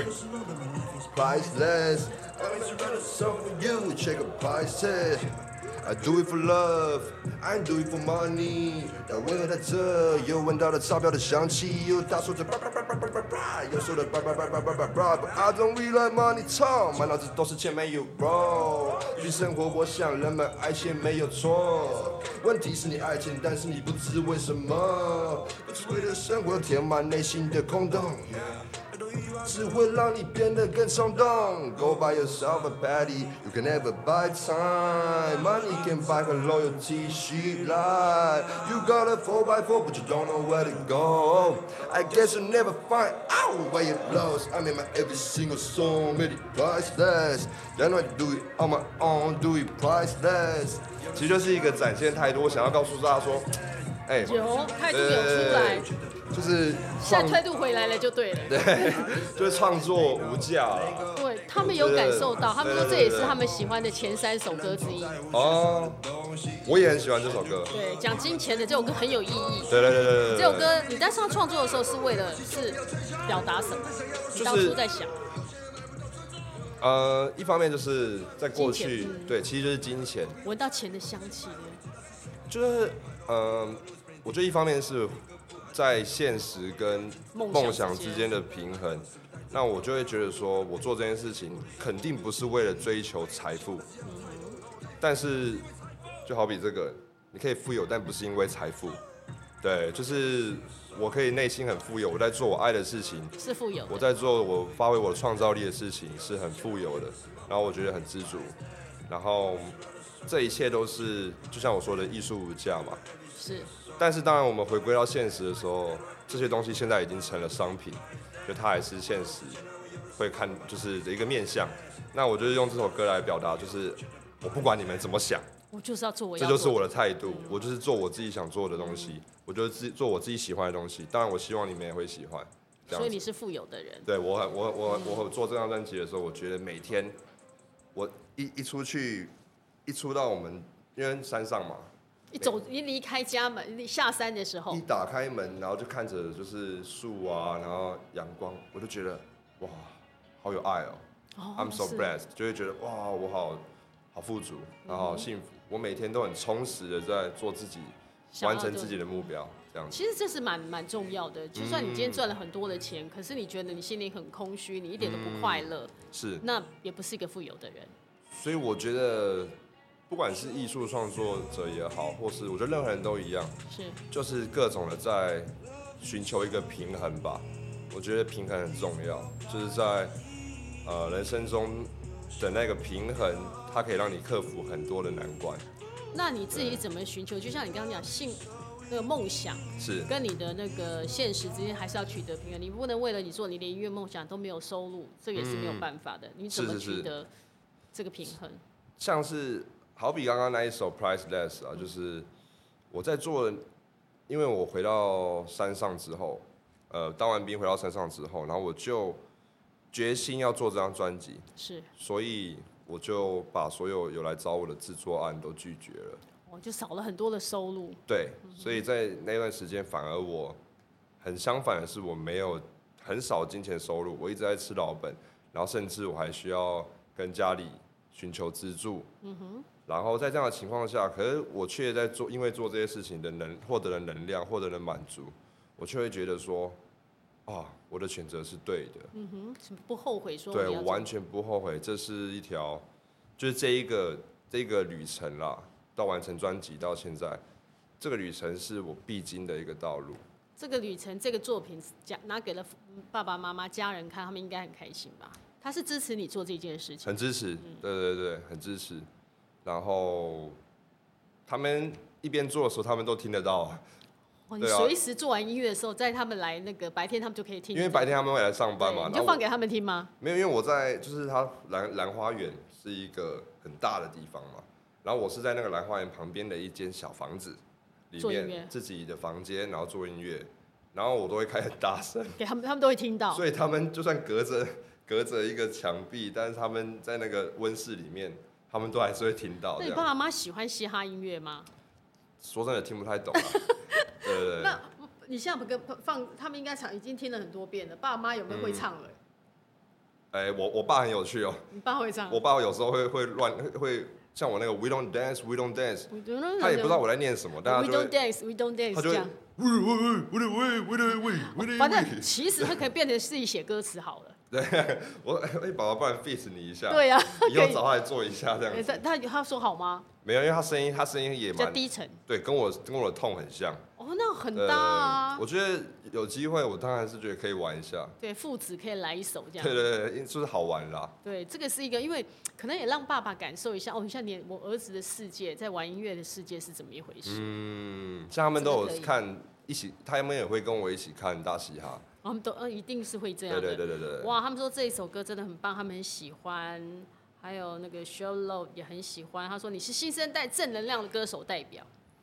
priceless. Want me to write a song for you? Check a price tag. I do it for love, I do it for money. 但为何在这又闻到了钞票的香气？有大说着叭叭叭叭叭叭叭，有说的叭叭叭叭叭叭叭。But I don't really like money talk， 满脑子都是钱没有 bro。于生活，我想人们爱钱没有错。问题是你爱钱，但是你不知为什么，不是为了生活填满内心的空洞。只会让你变得更冲动。Go buy yourself a patty, you can never buy time. Money can buy her loyalty, she lied. You got a 4x4, but you don't know where to go. I guess you'll never find out where you lost. I made my every single song, made it priceless. I know I do it on my own, do it priceless. 其实就是一个展现态度，我想要告诉大家说， 有态度有出来。 就是现在态度回来了就对了。 对，就是创作无价了。 对他们有感受到，他们说这也是他们喜欢的前3首歌之一。 哦，我也很喜欢这首歌。 对，讲金钱的这首歌很有意义。 对。 这首歌你当时创作的时候是为了是表达什么？你当初在想？ 一方面就是在过去，对，其实就是金钱， 闻到钱的香气。 就是我觉得一方面是在现实跟梦想之间的平衡，那我就会觉得说，我做这件事情肯定不是为了追求财富，但是就好比这个，你可以富有，但不是因为财富，对，就是我可以内心很富有，我在做我爱的事情， 是富有的， 我在做我发挥我的创造力的事情是很富有的，然后我觉得很知足，然后这一切都是就像我说的艺术无价嘛， 是。 但是当然我们回归到现实的时候，这些东西现在已经成了商品，就它还是现实会看就是的一个面向。那我就是用这首歌来表达，就是我不管你们怎么想， 我就是要做我要做，这就是我的态度，我就是做我自己想做的东西，我就是做我自己喜欢的东西。当然我希望你们也会喜欢。 所以你是富有的人。 对我做这张专辑的时候，我觉得每天我一出去，一出到我们因为山上嘛。 一离开家门下山的时候， 一打开门，然后就看着就是树啊，然后阳光，我就觉得哇，好有爱哦。I'm so blessed， 就会觉得哇，我好富足，然后好幸福。我每天都很充实的在做自己，完成自己的目标，这样子。 其实这是蛮重要的。就算你今天赚了很多的钱，可是你觉得你心里很空虚，你一点都不快乐， 是， 那也不是一个富有的人。 所以我觉得。不管是艺术创作者也好，或是我觉得任何人都一样，就是各种的在寻求一个平衡吧。我觉得平衡很重要，就是在人生中的那个平衡，它可以让你克服很多的难关。 那你自己怎么寻求？就像你刚刚讲，那个梦想是跟你的那个现实之间还是要取得平衡。你不能为了你做你连音乐梦想都没有收入，这个也是没有办法的。你怎么取得这个平衡？ 像是。好比刚刚那一首《Priceless》啊，就是我在做，因为我回到山上之后，当完兵回到山上之后，然后我就决心要做这张专辑，所以我就把所有来找我的制作案都拒绝了， 我就少了很多的收入。 对，所以在那段时间反而我很相反的是，我没有很少金钱收入，我一直在吃老本，然后甚至我还需要跟家里寻求资助。然后在这样的情况下，可是我却在做，因为做这些事情的获得了能量，获得了满足，我却会觉得说，我的选择是对的。 不后悔说。 对，我完全不后悔，这是一条，就是这一个旅程啦，到完成专辑到现在，这个旅程是我必经的一个道路。 这个旅程，这个作品拿给了爸爸妈妈、家人看，他们应该很开心吧？他是支持你做这件事情， 很支持，对，很支持。然后他们一边做的时候，他们都听得到。 你随时做完音乐的时候，在他们来那个白天，他们就可以听。 因为白天他们会来上班嘛， 你就放给他们听吗？ 没有，因为我在就是它兰花园是一个很大的地方嘛，然后我是在那个兰花园旁边的一间小房子里面自己的房间，然后做音乐，然后我都会开很大声， 给他们都会听到。 所以他们就算隔着一个墙壁，但是他们在那个温室里面。他们都还是会听到。 那你爸妈喜欢嘻哈音乐吗？ 说真的，听不太懂。对。 那你现在放，他们应该已经听了很多遍了。爸妈有没有会唱了？ 我爸很有趣哦。 你爸会唱？ 我爸有时候会像我那个 We don't dance, we don't dance， 他也不知道我在念什么，大家就 We don't dance, we don't dance 这样。反正其实他可以变成自己写歌词好了。 对，宝宝，不然 feat 你一下。 对呀， 以后找他来做一下这样子。 他说好吗？ 没有，因为他声音也蛮低沉。 对，跟我的痛很像。 那很大啊。 我觉得有机会，我当然是觉得可以玩一下。 对，父子可以来一首这样。 对，就是好玩啦。 对，这个是一个，因为可能也让爸爸感受一下，像我儿子的世界，在玩音乐的世界是怎么一回事。 像他们都有看一起，他们也会跟我一起看大嘻哈。 他们都一定是会这样的。 对。 哇，他们说这一首歌真的很棒，他们很喜欢。还有那个 Show Love 也很喜欢。他说你是新生代正能量的歌手代表。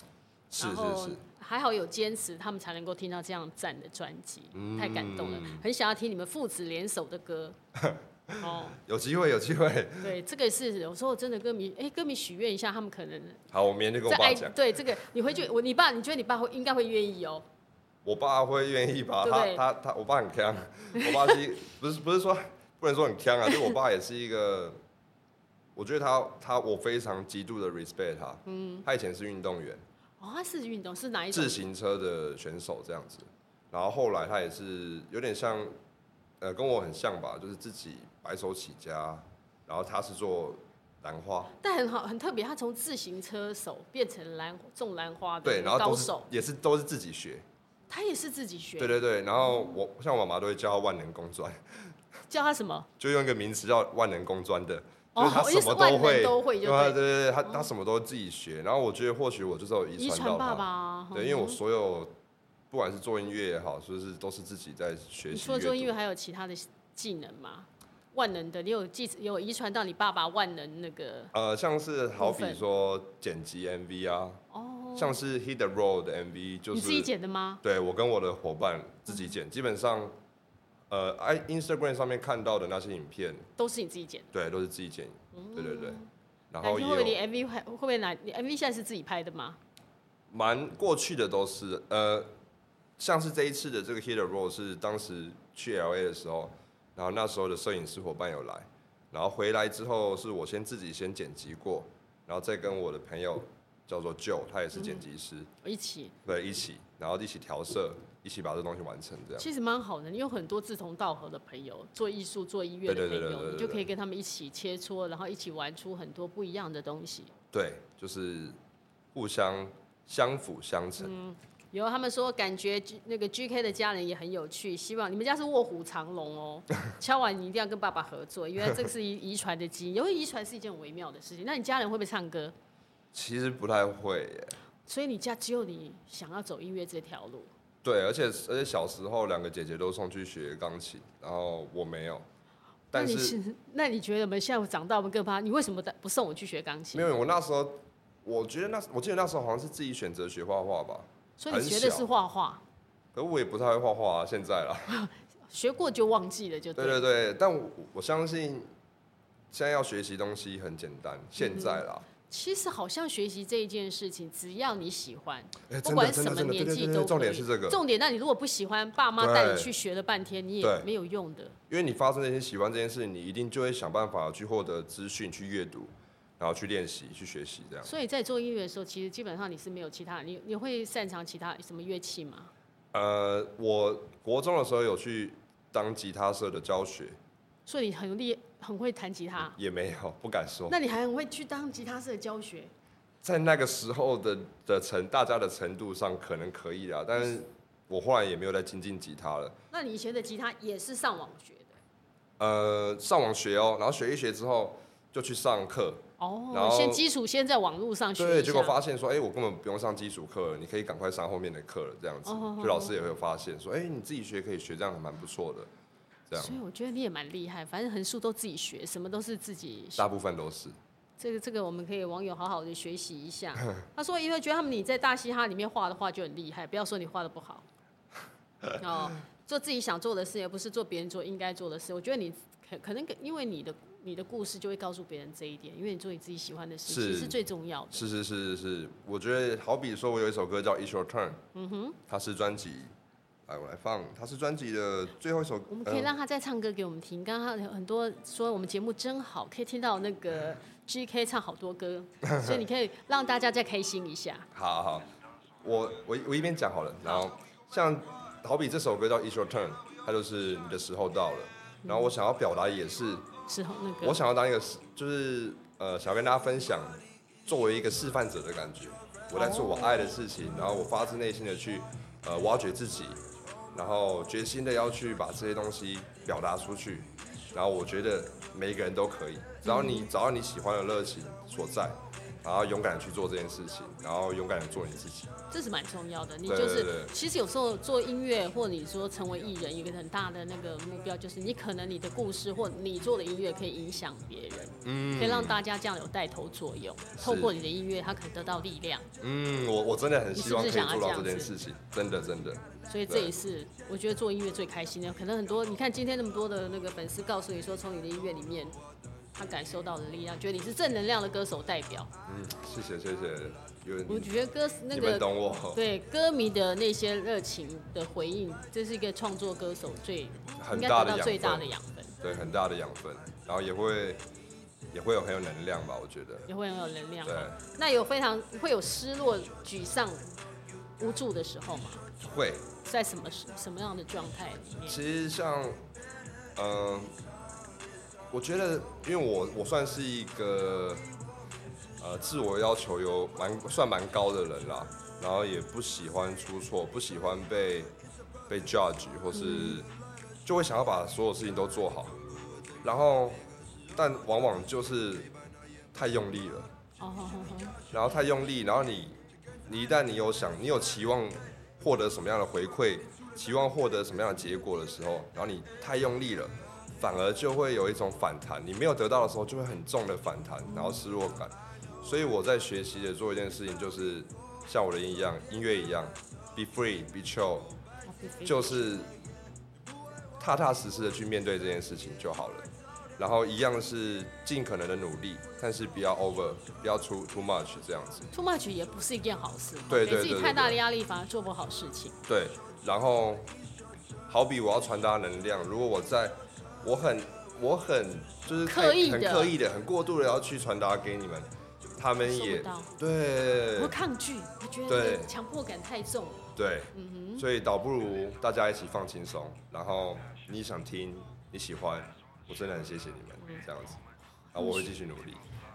然后还好有坚持，他们才能够听到这样赞的专辑，太感动了，很想要听你们父子联手的歌。哦， 有机会。 对，这个是有时候真的歌迷，歌迷许愿一下，他们可能好，我明天就跟我爸讲。 对，这个你回去，你觉得你爸应该会愿意哦？ 我爸会愿意吧？我爸很强，我爸是不是说不能说很强啊？就我爸也是一个，我觉得我非常极度的 respect 他。他以前是运动员。 哦，他是运动是哪一种？ 自行车的选手这样子，然后后来他也是有点像，跟我很像吧，就是自己白手起家，然后他是做兰花， 但很好很特别，他从自行车手变成种兰花的高手， 都是自己学， 他也是自己学， 对，然后像我妈妈都会叫他万能工专， 叫他什么？ 就用一个名词叫万能工专的。 哦， 他什么都会， 对， 他什么都自己学，然后我觉得或许我就是有遗传到他， 爸爸， 对，因为我所有不管是做音乐也好，都是自己在学习。 你除了做音乐，还有其他的技能吗？万能的，你有遗传到你爸爸万能那个？ 像是好比说剪辑 MV 啊，像是 Hit the Road 的 MV， 就是你自己剪的吗？ 对，我跟我的伙伴自己剪，基本上。Instagram 上面看到的那些影片都是你自己剪的， 对，都是自己剪，对。然后会不会你 MV 会不会你 MV 现在是自己拍的吗？ 过去的都是，像是这一次的这个 Hit the Road 是当时去 LA 的时候，然后那时候的摄影师伙伴有来，然后回来之后是我自己先剪辑过，然后再跟我的朋友叫做 Joe， 他也是剪辑师，一起，然后一起调色。一起把这东西完成，这样其实蛮好的。你有很多志同道合的朋友，做艺术、做音乐的朋友，你就可以跟他们一起切磋，然后一起玩出很多不一样的东西。 对，就是互相相辅相成。 有他们说，感觉那个 GK 的家人也很有趣，希望你们家是卧虎藏龙哦。敲完你一定要跟爸爸合作，因为这个是遗传的基因，因为遗传是一件很微妙的事情。那你家人会不会唱歌？ 其实不太会耶。 所以你家只有你想要走音乐这条路。 对，而且小时候2个姐姐都送去学钢琴，然后我没有。但是那你觉得我们现在长大我们更怕？你为什么不送我去学钢琴？ 没有，我那时候我记得那时候好像是自己选择学画画吧。 所以你学的是画画？ 可我也不太会画画啊，现在啦。 学过就忘记了就对。 对，但我相信现在要学习东西很简单，现在啦。 其实好像学习这一件事情，只要你喜欢，不管什么年纪都可以。 重点是这个。 重点，那你如果不喜欢，爸妈带你去学了半天，你也没有用的。 因为你发生那些喜欢这件事，你一定就会想办法去获得资讯、去阅读，然后去练习、去学习这样。 所以在做音乐的时候，其实基本上你是没有其他，你会擅长其他什么乐器吗？ 我国中的时候有去当吉他社的教学。 所以你很会弹吉他？ 也没有，不敢说。 那你还很会去当吉他社的教学？ 在那个时候的大家的程度上可能可以啦，但是我后来也没有再精进吉他了。 那你以前的吉他也是上网学的？ 上网学哦，然后学一学之后就去上课。然后先基础先在网络上学一下。 对，结果发现说，我根本不用上基础课了，你可以赶快上后面的课了，这样子。就老师也会有发现说，你自己学可以学，这样还蛮不错的。 所以我觉得你也蛮厉害，反正横竖都自己学，什么都是自己学。 大部分都是。 这个我们可以网友好好的学习一下。他说因为觉得你在大嘻哈里面画的画就很厉害，不要说你画的不好。做自己想做的事，而不是做别人应该做的事。我觉得你可能因为你的故事就会告诉别人这一点，因为你做你自己喜欢的事情是最重要的。 是，我觉得好比说我有一首歌叫《It's Your Turn》，它是专辑。我来放，它是专辑的最后一首。 我们可以让他再唱歌给我们听。刚刚很多说我们节目真好，可以听到那个 GK 唱好多歌，所以你可以让大家再开心一下。 好，我一边讲好了。然后像好比这首歌叫《It's Your Turn》，它就是你的时候到了。然后我想要表达也是时候那个， 我想要当一个就是想要跟大家分享，作为一个示范者的感觉。我在做我爱的事情，然后我发自内心的去挖掘自己。然后决心的要去把这些东西表达出去，然后我觉得每一个人都可以，只要你找到你喜欢的热情所在， 然后勇敢的去做这件事情，然后勇敢的做你自己， 这是蛮重要的。你对就是对对其实有时候做音乐，或你说成为艺人，一个很大的那个目标就是你可能你的故事或你做的音乐可以影响别人，可以让大家这样有带头作用。透过你的音乐，他可能得到力量。 我真的很希望可以你是不是想要做到这这样子件事情，真的。 所以这也是我觉得做音乐最开心的。可能很多你看今天那么多的那个粉丝告诉你说，从你的音乐里面他感受到的力量，觉得你是正能量的歌手代表。 谢谢， 我觉得那你们个懂我， 对歌迷的那些热情的回应，这是一个创作歌手应该得到最大的养分。 对，很大的养分，然后也会有很有能量吧，我觉得也会很有能量。 对， 那会有失落、沮丧、无助的时候吗？ 会。 在什么样的状态里面？ 其实像，我觉得，因为我算是一个自我要求算蛮高的人啦，然后也不喜欢出错，不喜欢被 judge， 或是就会想要把所有事情都做好，然后但往往就是太用力了，然后太用力，然后你一旦你有期望获得什么样的回馈，期望获得什么样的结果的时候，然后你太用力了，反而就会有一种反弹，你没有得到的时候就会很重的反弹，然后失落感。所以我在学习的做一件事情，就是像我的音乐一样 ，be free, be chill， 就是踏踏实实的去面对这件事情就好了。然后一样是尽可能的努力，但是不要 over， 不要 too much 这样子。 too much 也不是一件好事， 对， 给自己太大的压力反而做不好事情。 对，然后好比我要传达能量，如果我很就是很刻意的、很过度的要去传达给你们，他们也对， 我会抗拒，我觉得强迫感太重。 对，所以倒不如大家一起放轻松，然后你想听，你喜欢。我真的很谢谢你们这样子，我会继续努力。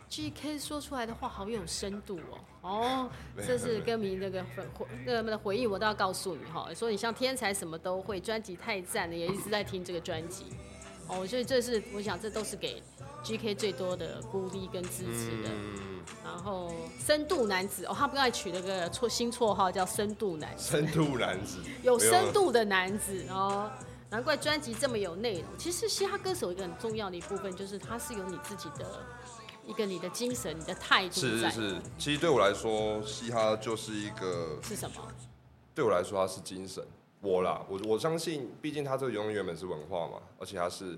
GK 说出来的话好有深度哦，这是歌迷那个回应，我都要告诉你哈，说你像天才什么都会，专辑太赞了，也一直在听这个专辑哦，所以我想这都是给 GK 最多的鼓励跟支持的。然后深度男子他不刚才取了个新绰号叫深度男子， 深度男子， 有深度的男子哦。难怪专辑这么有内容。其实嘻哈歌手一个很重要的一部分，就是它是有你自己的你的精神、你的态度在。 是。其实对我来说，嘻哈就是一个是什么？ 对我来说，它是精神。我相信，毕竟它这个东西原本是文化嘛，而且它是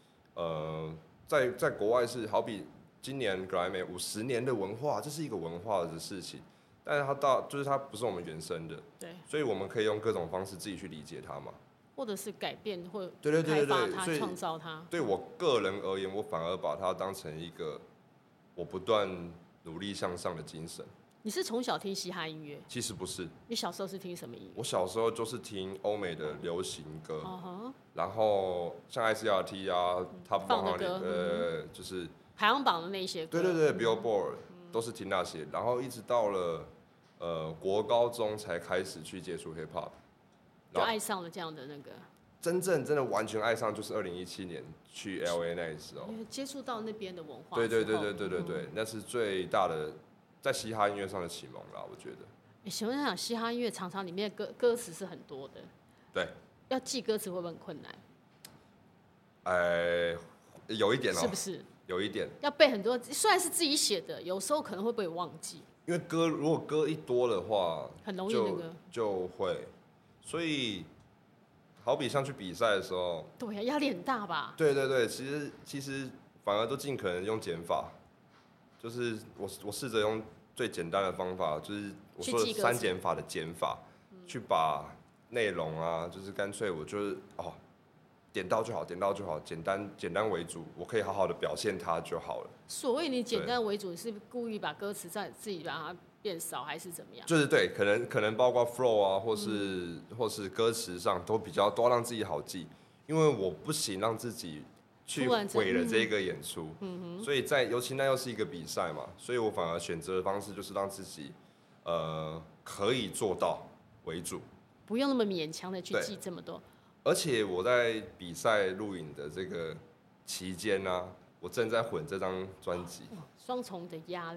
在国外是好比今年格莱美50年的文化，这是一个文化的事情。但是它不是我们原生的， 对， 所以我们可以用各种方式自己去理解它嘛。 或者是改变或对， 开发它、创造它。 对我个人而言，我反而把它当成一个我不断努力向上的精神。 你是从小听嘻哈音乐？ 其实不是。 你小时候是听什么音乐？ 我小时候就是听欧美的流行歌，然后像 ICRT 啊，他放的歌， 就是排行榜的那些歌。 对，Billboard 都是听那些，然后一直到了国高中才开始去接触 Hip Hop。 就爱上了这样的那个， 真的完全爱上，就是2017年去 LA 那时候， 接触到那边的文化。 对，那是最大的在嘻哈音乐上的启蒙啦，我觉得。 请问想嘻哈音乐常常里面歌词是很多的， 对， 要记歌词会不会很困难？ 有一点哦， 是不是？ 有一点， 要背很多，虽然是自己写的，有时候可能会被忘记。 因为如果歌一多的话， 很容易那个就会。所以，好比像去比赛的时候， 对呀，压力很大吧？ 对，其实反而都尽可能用减法，就是我试着用最简单的方法，就是我说的3减法的减法，去把内容啊，就是干脆我就是点到就好，简单为主，我可以好好的表现它就好了。 所谓你简单为主，是故意把歌词自己把它变少，还是怎么样？ 就是对，可能包括 flow 啊，或是歌词上都要让自己好记，因为我不行让自己去毁了这个演出，所以尤其那又是一个比赛嘛，所以我反而选择的方式就是让自己可以做到为主， 不用那么勉强的去记这么多。 而且我在比赛录影的这个期间呢，我正在混这张专辑， 双重的压力。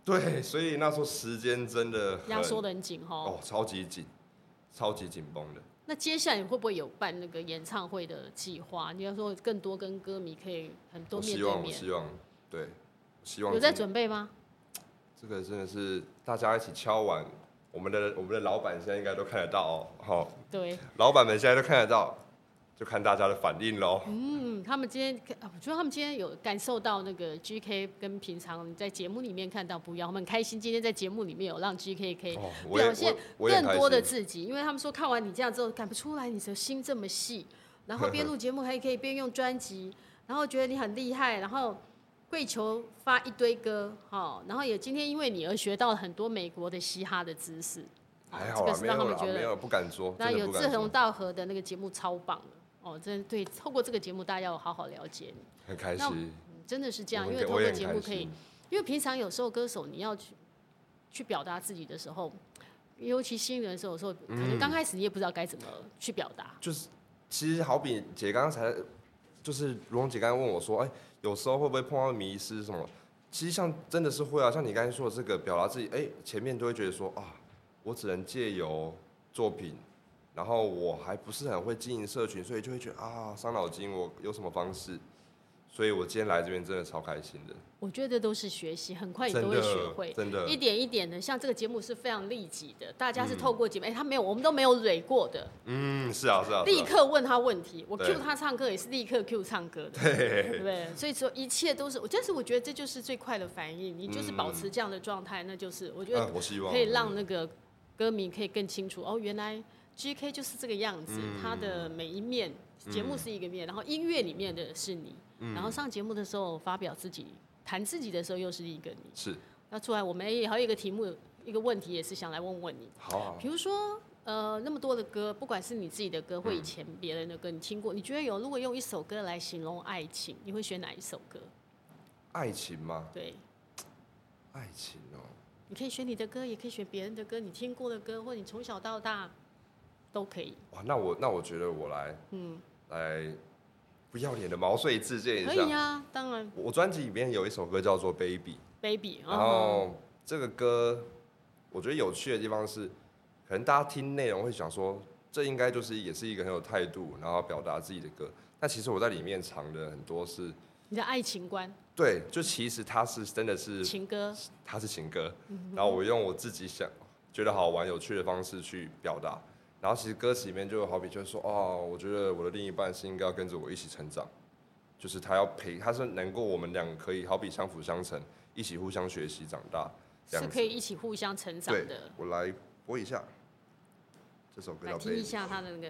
对，所以那时候时间真的压缩的很紧哦，超级紧，超级紧绷的。 那接下来你会不会有办那个演唱会的计划？你要说更多跟歌迷可以很多面对面。 我希望，对，希望有在准备吗？ 这个真的是大家一起敲完，我们的老板现在应该都看得到哦，好， 对， 老板们现在都看得到，就看大家的反应喽。 他们今天，我觉得他们今天有感受到那个 GK 跟平常你在节目里面看到不一样，他们很开心今天在节目里面有让 GK 可以表现更多的自己，因为他们说看完你这样之后，感不出来你的心这么细，然后边录节目还可以边用专辑，然后觉得你很厉害，然后跪求发一堆歌，然后也今天因为你而学到很多美国的嘻哈的知识， 还好啦，没有不敢说， 那有志同道合的那个节目超棒的。哦，真的对，透过这个节目，大家要好好了解你， 很开心。 真的是这样，因为透过节目可以，因为平常有时候歌手你要去表达自己的时候，尤其新人的时候，有时候可能刚开始你也不知道该怎么去表达。 就是其实好比姐刚才，就是如蓉姐刚才问我说，哎，有时候会不会碰到迷失什么？其实像真的是会啊，像你刚才说的这个表达自己，哎，前面都会觉得说啊，我只能借由作品。然后我还不是很会经营社群，所以就会觉得啊伤脑筋，我有什么方式？所以我今天来这边真的超开心的。 我觉得都是学习，很快你都会学会， 真的， 一点一点的。像这个节目是非常利己的，大家是透过节目，他没有，我们都没有蕊过的。 是啊。 立刻问他问题，我 Q 他唱歌也是立刻 Q 唱歌的，对不对？所以说一切都是，但是我觉得这就是最快的反应，你就是保持这样的状态，那就是我觉得可以让那个歌迷可以更清楚哦，原来。GK 就是这个样子，他的每一面，节目是一个面，然后音乐里面的是你，然后上节目的时候发表自己、谈自己的时候又是一个你。 是。 那出来我们也还有一个题目，一个问题也是想来问问你。 好啊。 比如说，那么多的歌，不管是你自己的歌或以前别人的歌，你听过？你觉得如果用一首歌来形容爱情，你会选哪一首歌？ 爱情吗？ 对。 爱情哦。 你可以选你的歌，也可以选别人的歌，你听过的歌，或你从小到大。都可以。 哇，那我觉得我来，来不要脸的毛遂自荐一下。 可以啊，当然。 我专辑里面有一首歌叫做《Baby》。 Baby。 然后这个歌，我觉得有趣的地方是，可能大家听内容会想说，这应该就是也是一个很有态度，然后表达自己的歌。但其实我在里面藏的很多是你的爱情观。 对，就其实它是真的是情歌， 它是情歌。然后我用我自己觉得好玩、有趣的方式去表达。然后其实歌词里面就好比就是说，哦，我觉得我的另一半是应该要跟着我一起成长，就是他要他是能够我们两个可以好比相辅相成，一起互相学习长大， 是可以一起互相成长的。 对，我来播一下，这首歌叫《Baby》。 来听一下他的那个。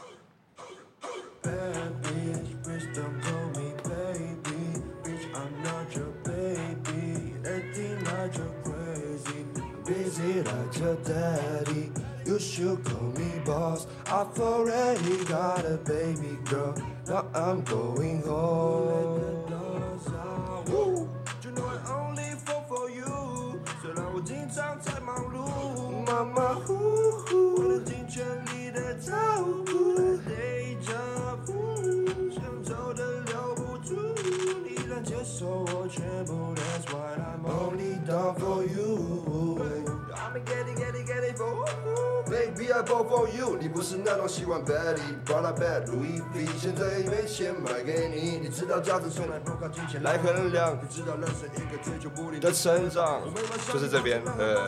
Busy like your daddy, you should call me boss. I've already got a baby girl, now I'm going home. Woo. You know I only fall for you， 虽然我经常在忙碌，马马虎虎，为了尽全力的照顾，得着想走的留不住，依然接受我全部。That's why I'm only down for you。I'm get it for you，baby I fall for you。你不是那种喜欢 Belly、Prada Bag、Louis V， 现在也没钱买给你。你知道价值从来不靠金钱来衡量，你知道人生一个追求不停的成长， 就是这边。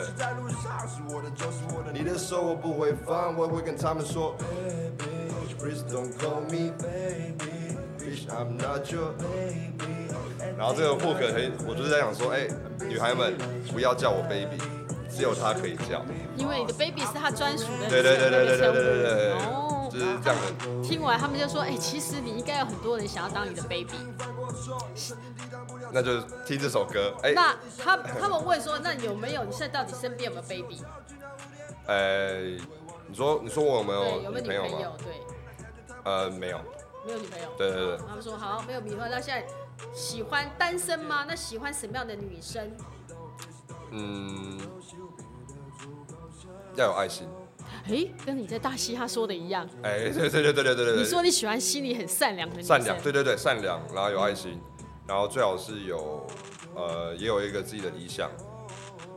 你的手我不会放，我会跟他们说 ，Please don't call me baby，Bitch I'm not your baby。 然后这个 hook 我就是在想说，哎，女孩们不要叫我 baby， 只有她可以叫， 因为你的 baby 是她专属的对，哦，就是这样的。 听完他们就说，哎，其实你应该有很多人想要当你的 baby。 那就听这首歌，哎。 那他们问说，那有没有你现在到底身边有没有 baby？ 你说我有没有女朋友吗？ 对，没有。 没有女朋友。 对。 他们说好，没有女朋友，那现在喜欢单身吗？那喜欢什么样的女生？ 要有爱心。 跟你在大嘻哈说的一样。 对。 你说你喜欢心里很善良的女生。 善良，对，善良，然后有爱心，然后最好是有也有一个自己的理想，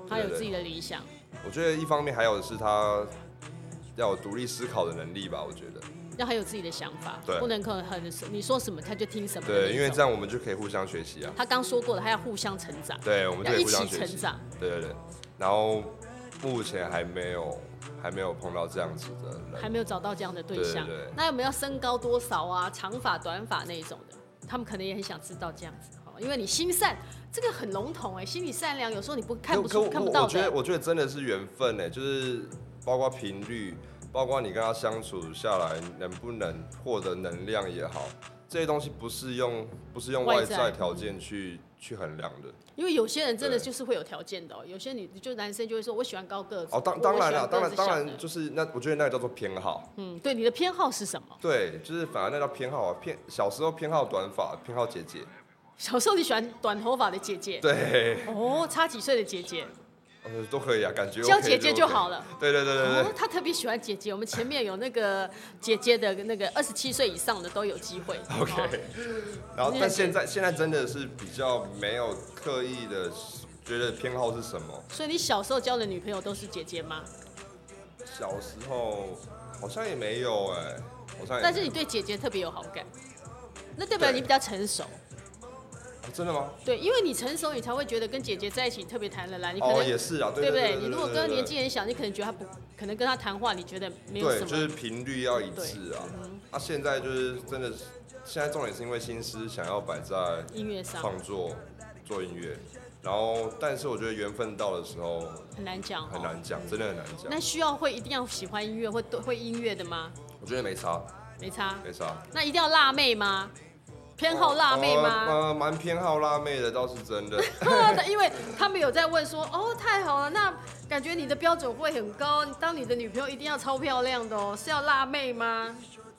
他有自己的理想。 我觉得一方面还有是他要有独立思考的能力吧，我觉得。 要还有自己的想法， 对， 不能你说什么他就听什么。 对，因为这样我们就可以互相学习啊。 他刚说过了，他要互相成长。 对，我们就可以互相学习要一起成长。 对。然后目前还没有碰到这样子的人， 还没有找到这样的对象。 对。 那有没有身高多少啊？长发、短发那一种的？他们可能也很想知道这样子。因为你心善，这个很笼统心里善良，有时候你看不到的。 我觉得真的是缘分就是包括频率。包括你跟他相处下来，能不能获得能量也好，这些东西不是用外在条件去衡量的。 因为有些人真的就是会有条件的有些就男生就会说我喜欢高个子。 当然了，当然就是我觉得那个叫做偏好。 对，你的偏好是什么？ 对，就是反而那叫偏好小时候偏好短发，偏好姐姐。 小时候你喜欢短头发的姐姐？ 对。 差几岁的姐姐？ 都可以啊，感觉叫姐姐就好了。 对。 他特别喜欢姐姐，我们前面有那个姐姐的那个27岁以上的都有机会。 OK。然后，但现在真的是比较没有刻意的觉得偏好是什么。 所以你小时候交的女朋友都是姐姐吗？ 小时候好像也没有但是你对姐姐特别有好感，那代表你比较成熟。 真的吗？ 对，因为你成熟，你才会觉得跟姐姐在一起特别谈得来。你可能也是啊， 对不对？你如果跟年纪很小，你可能觉得他不可能跟他谈话，你觉得没有什么。 对，就是频率要一致啊。现在就是真的，现在重点是因为心思想要摆在音乐上， 创作做音乐。然后，但是我觉得缘分到的时候很难讲， 真的很难讲。 那需要一定要喜欢音乐，会音乐的吗？ 我觉得没差。 那一定要辣妹吗？偏好辣妹吗？ 蛮偏好辣妹的，倒是真的。 因为他们有在问说，太好了，那感觉你的标准会很高，当你的女朋友一定要超漂亮的是要辣妹吗？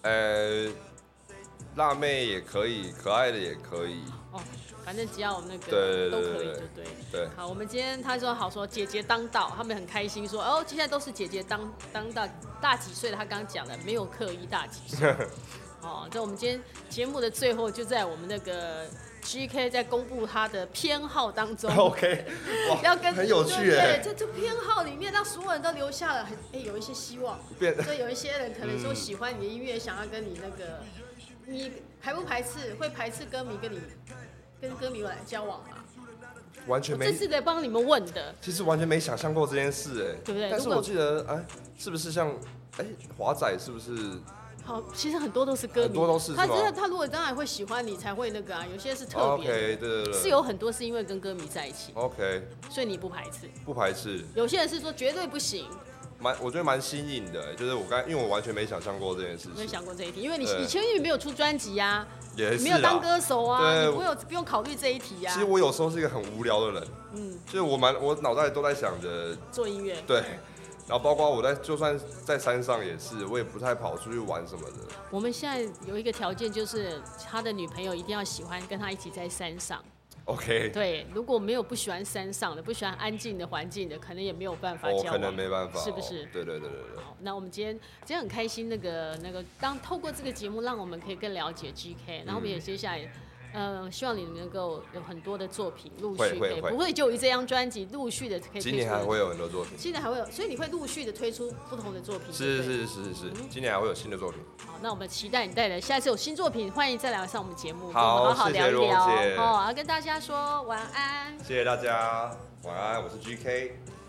辣妹也可以，可爱的也可以。 反正只要那个都可以，就对。 对。 好，我们今天他说姐姐当道，他们很开心说接下来都是姐姐当道，大几岁的他刚刚讲了，没有刻意大几岁。在我们今天节目的最后，就在我们那个 GK 在公布他的偏好当中 ，OK， 哇，很有趣对，这偏好里面让所有人都留下了有一些希望，所以有一些人可能说喜欢你的音乐，想要跟你那个，你排不排斥？会排斥歌迷跟歌迷来交往吗？ 完全没， 这是在帮你们问的。 其实完全没想象过这件事对不对？ 但是我记得是不是像华仔是不是？ 好，其实很多都是歌迷， 很多都是他如果当然会喜欢你才会那个有些是特别的，对， 是有很多是因为跟歌迷在一起 ，OK， 所以你不排斥？ 不排斥。 有些人是说绝对不行， 我觉得蛮新颖的，就是因为我完全没想象过这件事情， 没想过这一题，因为你以前没有出专辑呀， 也是没有当歌手啊，你不用考虑这一题呀。 其实我有时候是一个很无聊的人，就是我脑袋都在想着做音乐， 对。然后包括我就算在山上也是，我也不太跑出去玩什么的。 我们现在有一个条件，就是他的女朋友一定要喜欢跟他一起在山上。 OK。 对，如果没有不喜欢山上的，不喜欢安静的环境的，可能也没有办法交往。 可能没办法， 是不是？ 对。 好，那我们今天很开心，透过这个节目，让我们可以更了解 GK，然后我们也接下来。希望你能够有很多的作品陆续可以，不会就一这张专辑，陆续的可以推出。 今年还会有很多作品。 今年还会有，所以你会陆续的推出不同的作品。 是，今年还会有新的作品。 好，那我们期待你带来下一次有新作品，欢迎再来上我们节目， 好好聊一聊。 谢谢好，要跟大家说晚安。 谢谢大家，晚安，我是 GK。